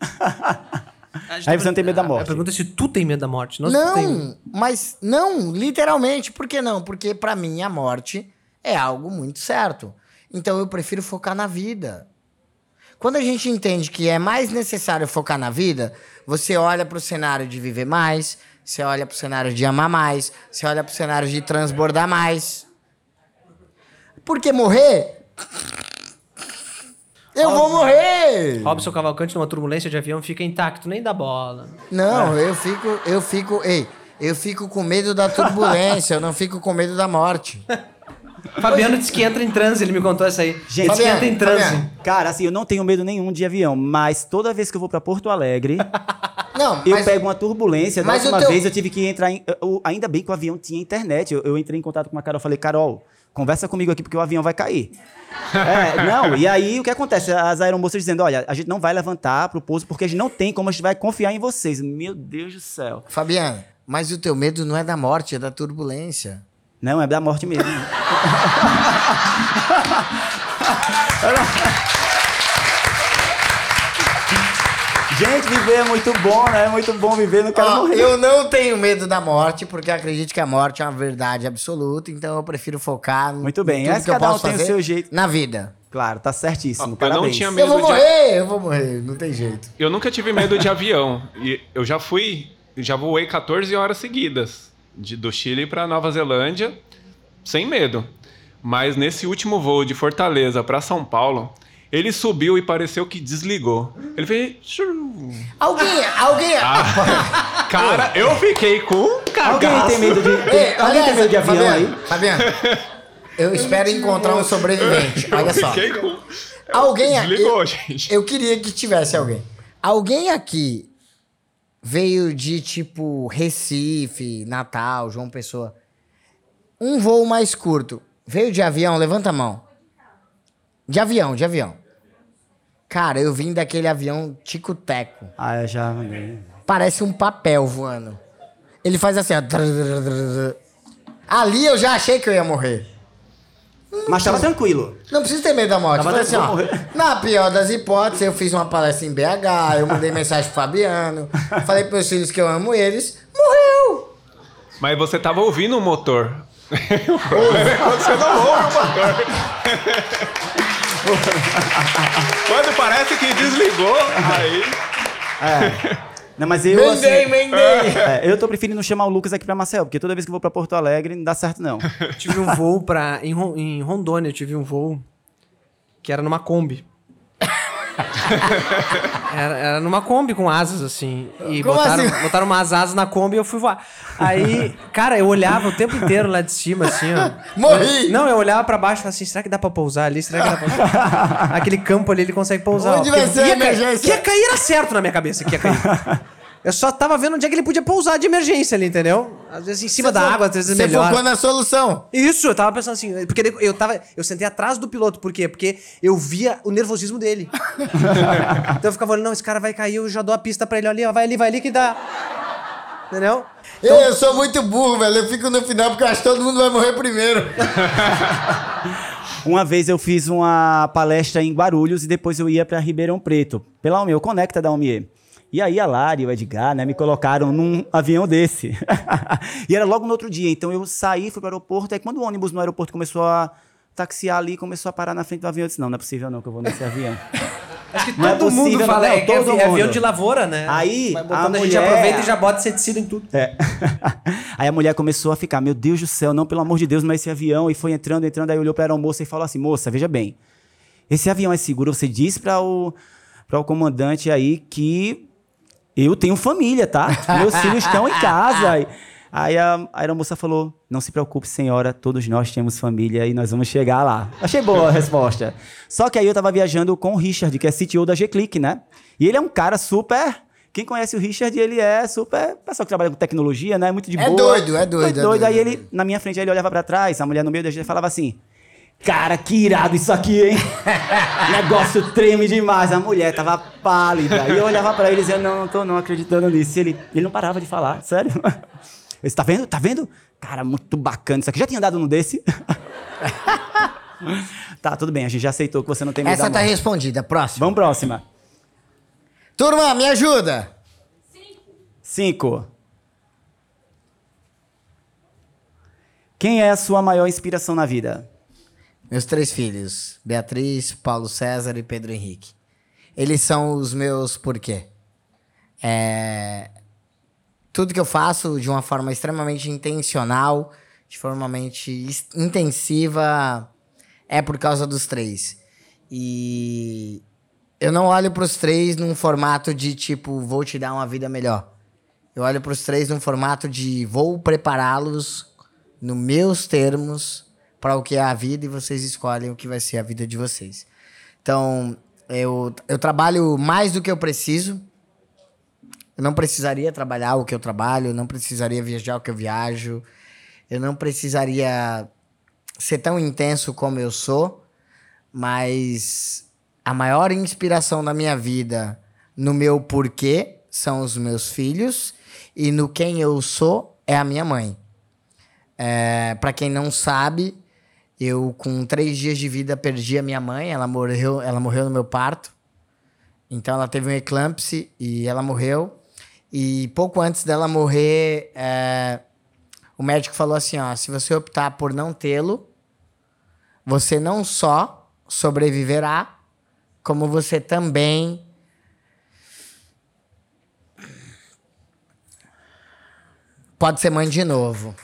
Aí você não tem medo da morte. A pergunta é se tu tem medo da morte. Mas não, literalmente. Por que não? Porque pra mim a morte é algo muito certo. Então eu prefiro focar na vida. Quando a gente entende que é mais necessário focar na vida, você olha pro cenário de viver mais, você olha pro cenário de amar mais, você olha pro cenário de transbordar mais. Porque morrer... Eu vou morrer! Robson Cavalcante numa turbulência de avião fica intacto, nem dá bola. Não, eu fico com medo da turbulência, eu não fico com medo da morte. Fabiano disse que entra em transe, ele me contou essa aí. Gente, Disse que entra em transe. Fabiano. Cara, assim, eu não tenho medo nenhum de avião, mas toda vez que eu vou pra Porto Alegre, Não, eu pego uma turbulência. Da mas última o teu- vez eu tive que entrar ainda bem que o avião tinha internet. Eu entrei em contato com a Carol, falei, Carol, conversa comigo aqui porque o avião vai cair. E aí o que acontece? As aeromoças dizendo, olha, a gente não vai levantar pro pouso porque a gente não tem como, a gente vai confiar em vocês. Meu Deus do céu. Fabiano, mas o teu medo não é da morte, é da turbulência. Não, é da morte mesmo. Gente, viver é muito bom, né? É muito bom viver, não quero morrer. Eu não tenho medo da morte, porque eu acredito que a morte é uma verdade absoluta, então eu prefiro focar Muito bem, em tudo essa que eu cada um posso tem o fazer seu jeito. na vida. Claro, tá certíssimo. Eu não Parabéns. tinha medo Eu vou morrer, não tem jeito. Eu nunca tive medo de avião. E eu já voei 14 horas seguidas do Chile para Nova Zelândia, sem medo. Mas nesse último voo de Fortaleza para São Paulo, ele subiu e pareceu que desligou. Ele fez... Alguém... Cara, eu fiquei com Alguém tem medo de, alguém tem medo de avião Fabiano, aí? Fabiano, Eu espero encontrar um sobrevivente. Olha só. Fiquei com... Alguém aqui. Desligou, gente. Eu queria que tivesse alguém. Alguém aqui veio de tipo Recife, Natal, João Pessoa. Um voo mais curto. Veio de avião? Levanta a mão. De avião. Cara, eu vim daquele avião tico-teco. Ah, eu já mandei. Parece um papel voando. Ele faz assim, ó. Ali eu já achei que eu ia morrer. Mas tava tranquilo. Não precisa ter medo da morte. Tava Falei assim, ó. tranquilo. Na pior das hipóteses, eu fiz uma palestra em BH, eu mandei mensagem pro Fabiano, falei pros meus filhos que eu amo eles. Morreu! Mas você tava ouvindo o motor. O problema é quando você não ouve o motor. Quando parece que desligou, aí... Não, mas eu, assim, Mendei! eu tô preferindo chamar o Lucas aqui pra Marcel, porque toda vez que eu vou pra Porto Alegre não dá certo, não. Tive um voo em Rondônia, eu tive um voo que era numa Kombi. Era numa Kombi com asas, assim. E Como assim? botaram umas asas na Kombi e eu fui voar. Aí, cara, eu olhava o tempo inteiro lá de cima, assim, ó. Morri! Não, eu olhava pra baixo e falava assim, será que dá pra pousar ali? Será que dá pra pousar? Aquele campo ali, ele consegue pousar. Onde ó, vai porque ser a ia cair- emergência? Que ia cair era certo na minha cabeça, que ia cair. Eu só tava vendo onde é que ele podia pousar de emergência ali, entendeu? Às vezes em cima da água, às vezes é Você melhor. focou na solução. Isso, eu tava pensando assim, porque eu sentei atrás do piloto, por quê? Porque eu via o nervosismo dele. Então eu ficava olhando, não, esse cara vai cair, eu já dou a pista pra ele ali, ó, vai ali que dá. Entendeu? Eu sou muito burro, velho. Eu fico no final porque eu acho que todo mundo vai morrer primeiro. Uma vez eu fiz uma palestra em Guarulhos e depois eu ia pra Ribeirão Preto, pela UMIE, o Conecta da UMIE. E aí a Lari e o Edgar, né, me colocaram num avião desse. E era logo no outro dia, então eu saí, fui pro aeroporto, aí quando o ônibus no aeroporto começou a taxiar ali, começou a parar na frente do avião, eu disse, não é possível não que eu vou nesse avião. Acho que Não é todo mundo possível, fala, não, é que é todo avião mundo. de lavoura, né? Aí, vai botando, a a gente mulher- aproveita e já bota inseticida em tudo. É. Aí a mulher começou a ficar, meu Deus do céu, não, pelo amor de Deus, não é esse avião. E foi entrando, aí olhou para a aeromoça e falou assim, moça, veja bem, esse avião é seguro, você diz para o comandante aí que eu tenho família, tá? Meus filhos estão em casa. Aí a aeromoça falou, não se preocupe, senhora, todos nós temos família e nós vamos chegar lá. Achei boa a resposta. Só que aí eu tava viajando com o Richard, que é CTO da G-Click, né? E ele é um cara super... Quem conhece o Richard, ele é super... Pessoal que trabalha com tecnologia, né? Muito de É boa. doido, é doido. Aí ele, na minha frente, aí ele olhava pra trás, a mulher no meio da gente falava assim... Cara, que irado isso aqui, hein? Negócio treme demais. A mulher tava pálida. E eu olhava pra ele e dizia, não tô não acreditando nisso. E ele não parava de falar, sério. Eu disse, tá vendo? Tá vendo? Cara, muito bacana isso aqui. Já tinha andado num desse? Tá, tudo bem. A gente já aceitou que você não tem medo Essa da tá morte. respondida. Próximo. Vamos próxima. Turma, me ajuda. 5. Quem é a sua maior inspiração na vida? Meus 3 filhos. Beatriz, Paulo César e Pedro Henrique. Eles são os meus porquê. Tudo que eu faço de uma forma extremamente intencional, de forma intensiva, é por causa dos 3. E eu não olho pros 3 num formato de tipo, vou te dar uma vida melhor. Eu olho pros 3 num formato de vou prepará-los nos meus termos para o que é a vida e vocês escolhem o que vai ser a vida de vocês. Então, eu trabalho mais do que eu preciso. Eu não precisaria trabalhar o que eu trabalho, eu não precisaria viajar o que eu viajo, eu não precisaria ser tão intenso como eu sou, mas a maior inspiração da minha vida no meu porquê são os meus filhos e no quem eu sou é a minha mãe. Para quem não sabe, eu com 3 dias de vida perdi a minha mãe, ela morreu no meu parto, então ela teve um eclâmpsia e ela morreu. E pouco antes dela morrer, o médico falou assim, ó, se você optar por não tê-lo, você não só sobreviverá, como você também pode ser mãe de novo.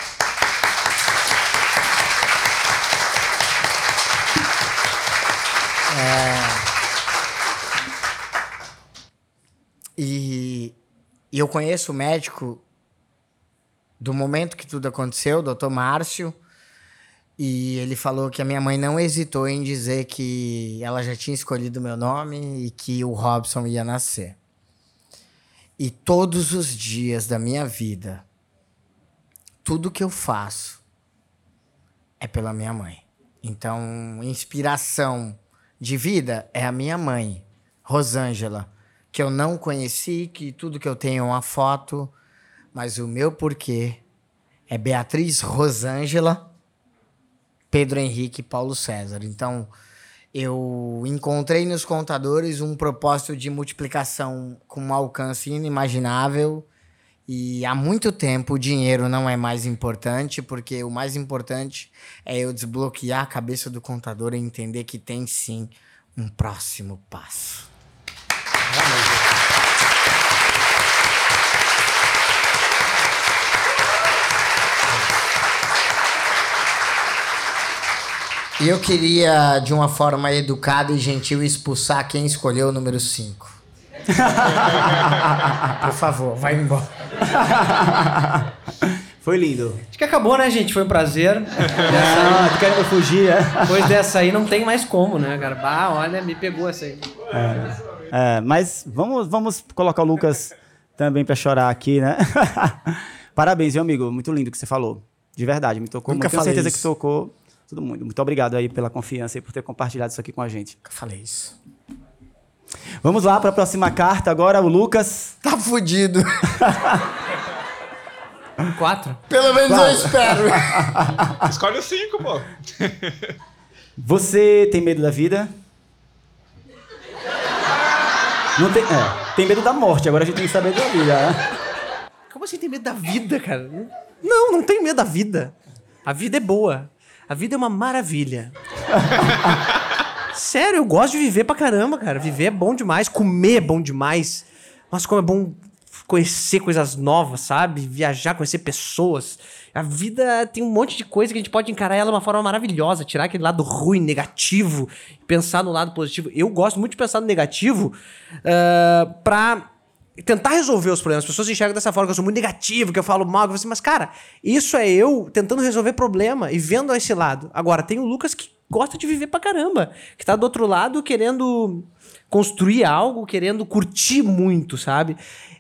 E eu conheço o médico do momento que tudo aconteceu, o Dr. Márcio, E ele falou que a minha mãe não hesitou em dizer que ela já tinha escolhido meu nome e que o Robson ia nascer. E todos os dias da minha vida, tudo que eu faço é pela minha mãe. Então, inspiração de vida é a minha mãe, Rosângela, que eu não conheci, que tudo que eu tenho é uma foto, mas o meu porquê é Beatriz Rosângela, Pedro Henrique e Paulo César. Então, eu encontrei nos contadores um propósito de multiplicação com um alcance inimaginável e há muito tempo o dinheiro não é mais importante, porque o mais importante é eu desbloquear a cabeça do contador e entender que tem sim um próximo passo. E eu queria, de uma forma educada e gentil, expulsar quem escolheu o número 5. Por favor, vai embora. Foi lindo. Acho que acabou, né, gente? Foi um prazer. Tu querendo fugir, Depois dessa aí não tem mais como, né, cara? Bah, olha, me pegou essa aí. Mas vamos colocar o Lucas também pra chorar aqui, né? Parabéns, meu amigo. Muito lindo o que você falou. De verdade, me tocou Nunca muito. Tenho falei certeza isso. que tocou todo mundo. Muito obrigado aí pela confiança e por ter compartilhado isso aqui com a gente. Eu falei isso. Vamos lá para a próxima carta agora, o Lucas. Tá fudido. 4. Pelo menos eu espero. Escolhe o 5, pô. Você tem medo da vida? Não tem, tem medo da morte, agora a gente tem que saber da vida, né? Como assim tem medo da vida, cara? Não tenho medo da vida. A vida é boa. A vida é uma maravilha. Sério, eu gosto de viver pra caramba, cara. Viver é bom demais, comer é bom demais. Nossa, como é bom conhecer coisas novas, sabe? Viajar, conhecer pessoas. A vida tem um monte de coisa que a gente pode encarar ela de uma forma maravilhosa. Tirar aquele lado ruim, negativo, pensar no lado positivo. Eu gosto muito de pensar no negativo pra tentar resolver os problemas. As pessoas enxergam dessa forma, que eu sou muito negativo, que eu falo mal, que eu falo assim, mas cara, isso é eu tentando resolver problema e vendo esse lado. Agora, tem o Lucas que gosta de viver pra caramba, que tá do outro lado querendo construir algo, querendo curtir muito, sabe?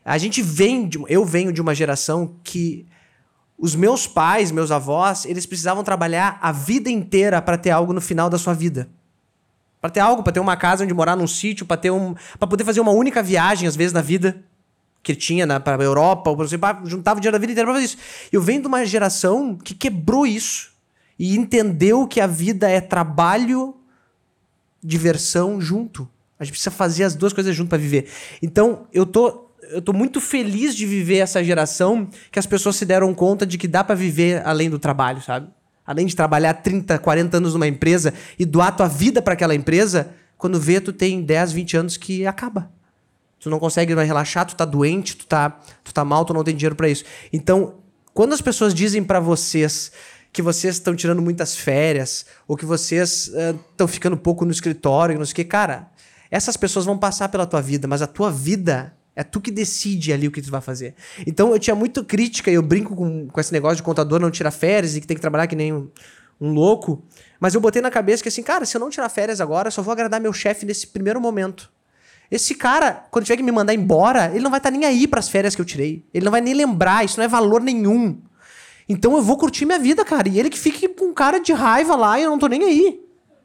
Eu venho de uma geração que os meus pais, meus avós, eles precisavam trabalhar a vida inteira pra ter algo no final da sua vida. Pra ter algo, pra ter uma casa onde morar num sítio, pra poder fazer uma única viagem, às vezes, na vida, que tinha pra Europa, ou juntava o dinheiro da vida inteira pra fazer isso. Eu venho de uma geração que quebrou isso e entendeu que a vida é trabalho, diversão junto. A gente precisa fazer as duas coisas junto pra viver. Então, eu tô muito feliz de viver essa geração que as pessoas se deram conta de que dá pra viver além do trabalho, sabe? Além de trabalhar 30, 40 anos numa empresa e doar tua vida pra aquela empresa, quando vê, tu tem 10, 20 anos que acaba. Tu não consegue mais relaxar, tu tá doente, tu tá mal, tu não tem dinheiro pra isso. Então, quando as pessoas dizem pra vocês que vocês estão tirando muitas férias, ou que vocês estão ficando pouco no escritório, não sei o que, cara, essas pessoas vão passar pela tua vida, mas a tua vida é tu que decide ali o que tu vai fazer. Então eu tinha muito crítica, e eu brinco com esse negócio de contador não tirar férias e que tem que trabalhar que nem um louco, mas eu botei na cabeça que assim, cara, se eu não tirar férias agora, eu só vou agradar meu chefe nesse primeiro momento. Esse cara, quando tiver que me mandar embora, ele não vai estar nem aí pras férias que eu tirei. Ele não vai nem lembrar, isso não é valor nenhum. Então eu vou curtir minha vida, cara. E ele que fique com cara de raiva lá e eu não tô nem aí.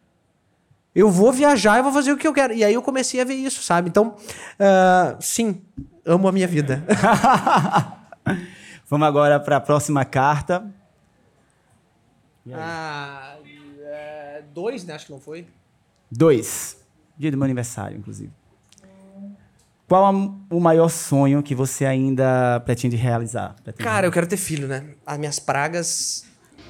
Eu vou viajar e vou fazer o que eu quero. E aí eu comecei a ver isso, sabe? Então, sim, amo a minha vida. Vamos agora para a próxima carta. 2, né? Acho que não foi. 2. Dia do meu aniversário, inclusive. Qual o maior sonho que você ainda pretende realizar? Cara, eu quero ter filho, né? As minhas pragas...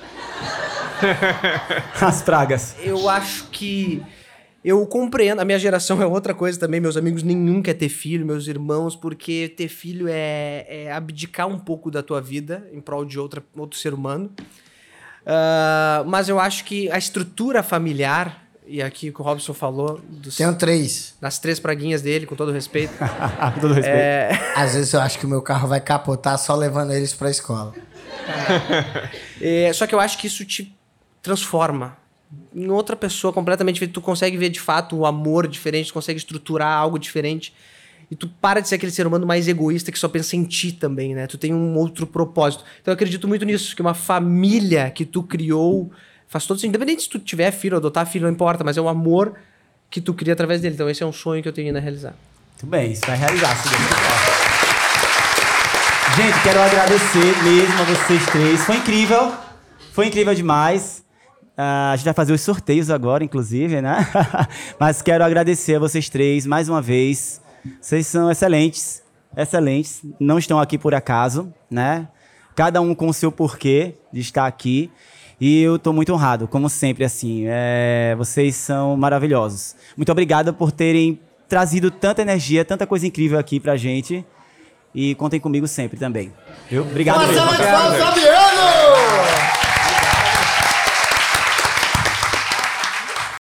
As pragas. Eu acho que... Eu compreendo. A minha geração é outra coisa também. Meus amigos nenhum quer ter filho, meus irmãos, porque ter filho é abdicar um pouco da tua vida em prol de outro ser humano. Mas eu acho que a estrutura familiar... E aqui o que o Robson falou... Tenho 3. Das 3 praguinhas dele, com todo respeito. Com todo respeito. Às vezes eu acho que o meu carro vai capotar só levando eles pra escola. Só que eu acho que isso te transforma. Em outra pessoa completamente diferente, tu consegue ver de fato o amor diferente, tu consegue estruturar algo diferente. E tu para de ser aquele ser humano mais egoísta que só pensa em ti também, né? Tu tem um outro propósito. Então eu acredito muito nisso, que uma família que tu criou faz todo sentido. Independente se tu tiver filho ou adotar filho, não importa, mas é o amor que tu cria através dele. Então esse é um sonho que eu tenho ainda a realizar. Muito bem, isso vai realizar. Se Deus quiser. Gente, quero agradecer mesmo a vocês três. Foi incrível demais. A gente vai fazer os sorteios agora, inclusive, né? Mas quero agradecer a vocês três mais uma vez. Vocês são excelentes, não estão aqui por acaso, né? Cada um com o seu porquê de estar aqui. E eu estou muito honrado, como sempre, assim. Vocês são maravilhosos. Muito obrigado por terem trazido tanta energia, tanta coisa incrível aqui pra gente. E contem comigo sempre também. Viu? Obrigado mesmo.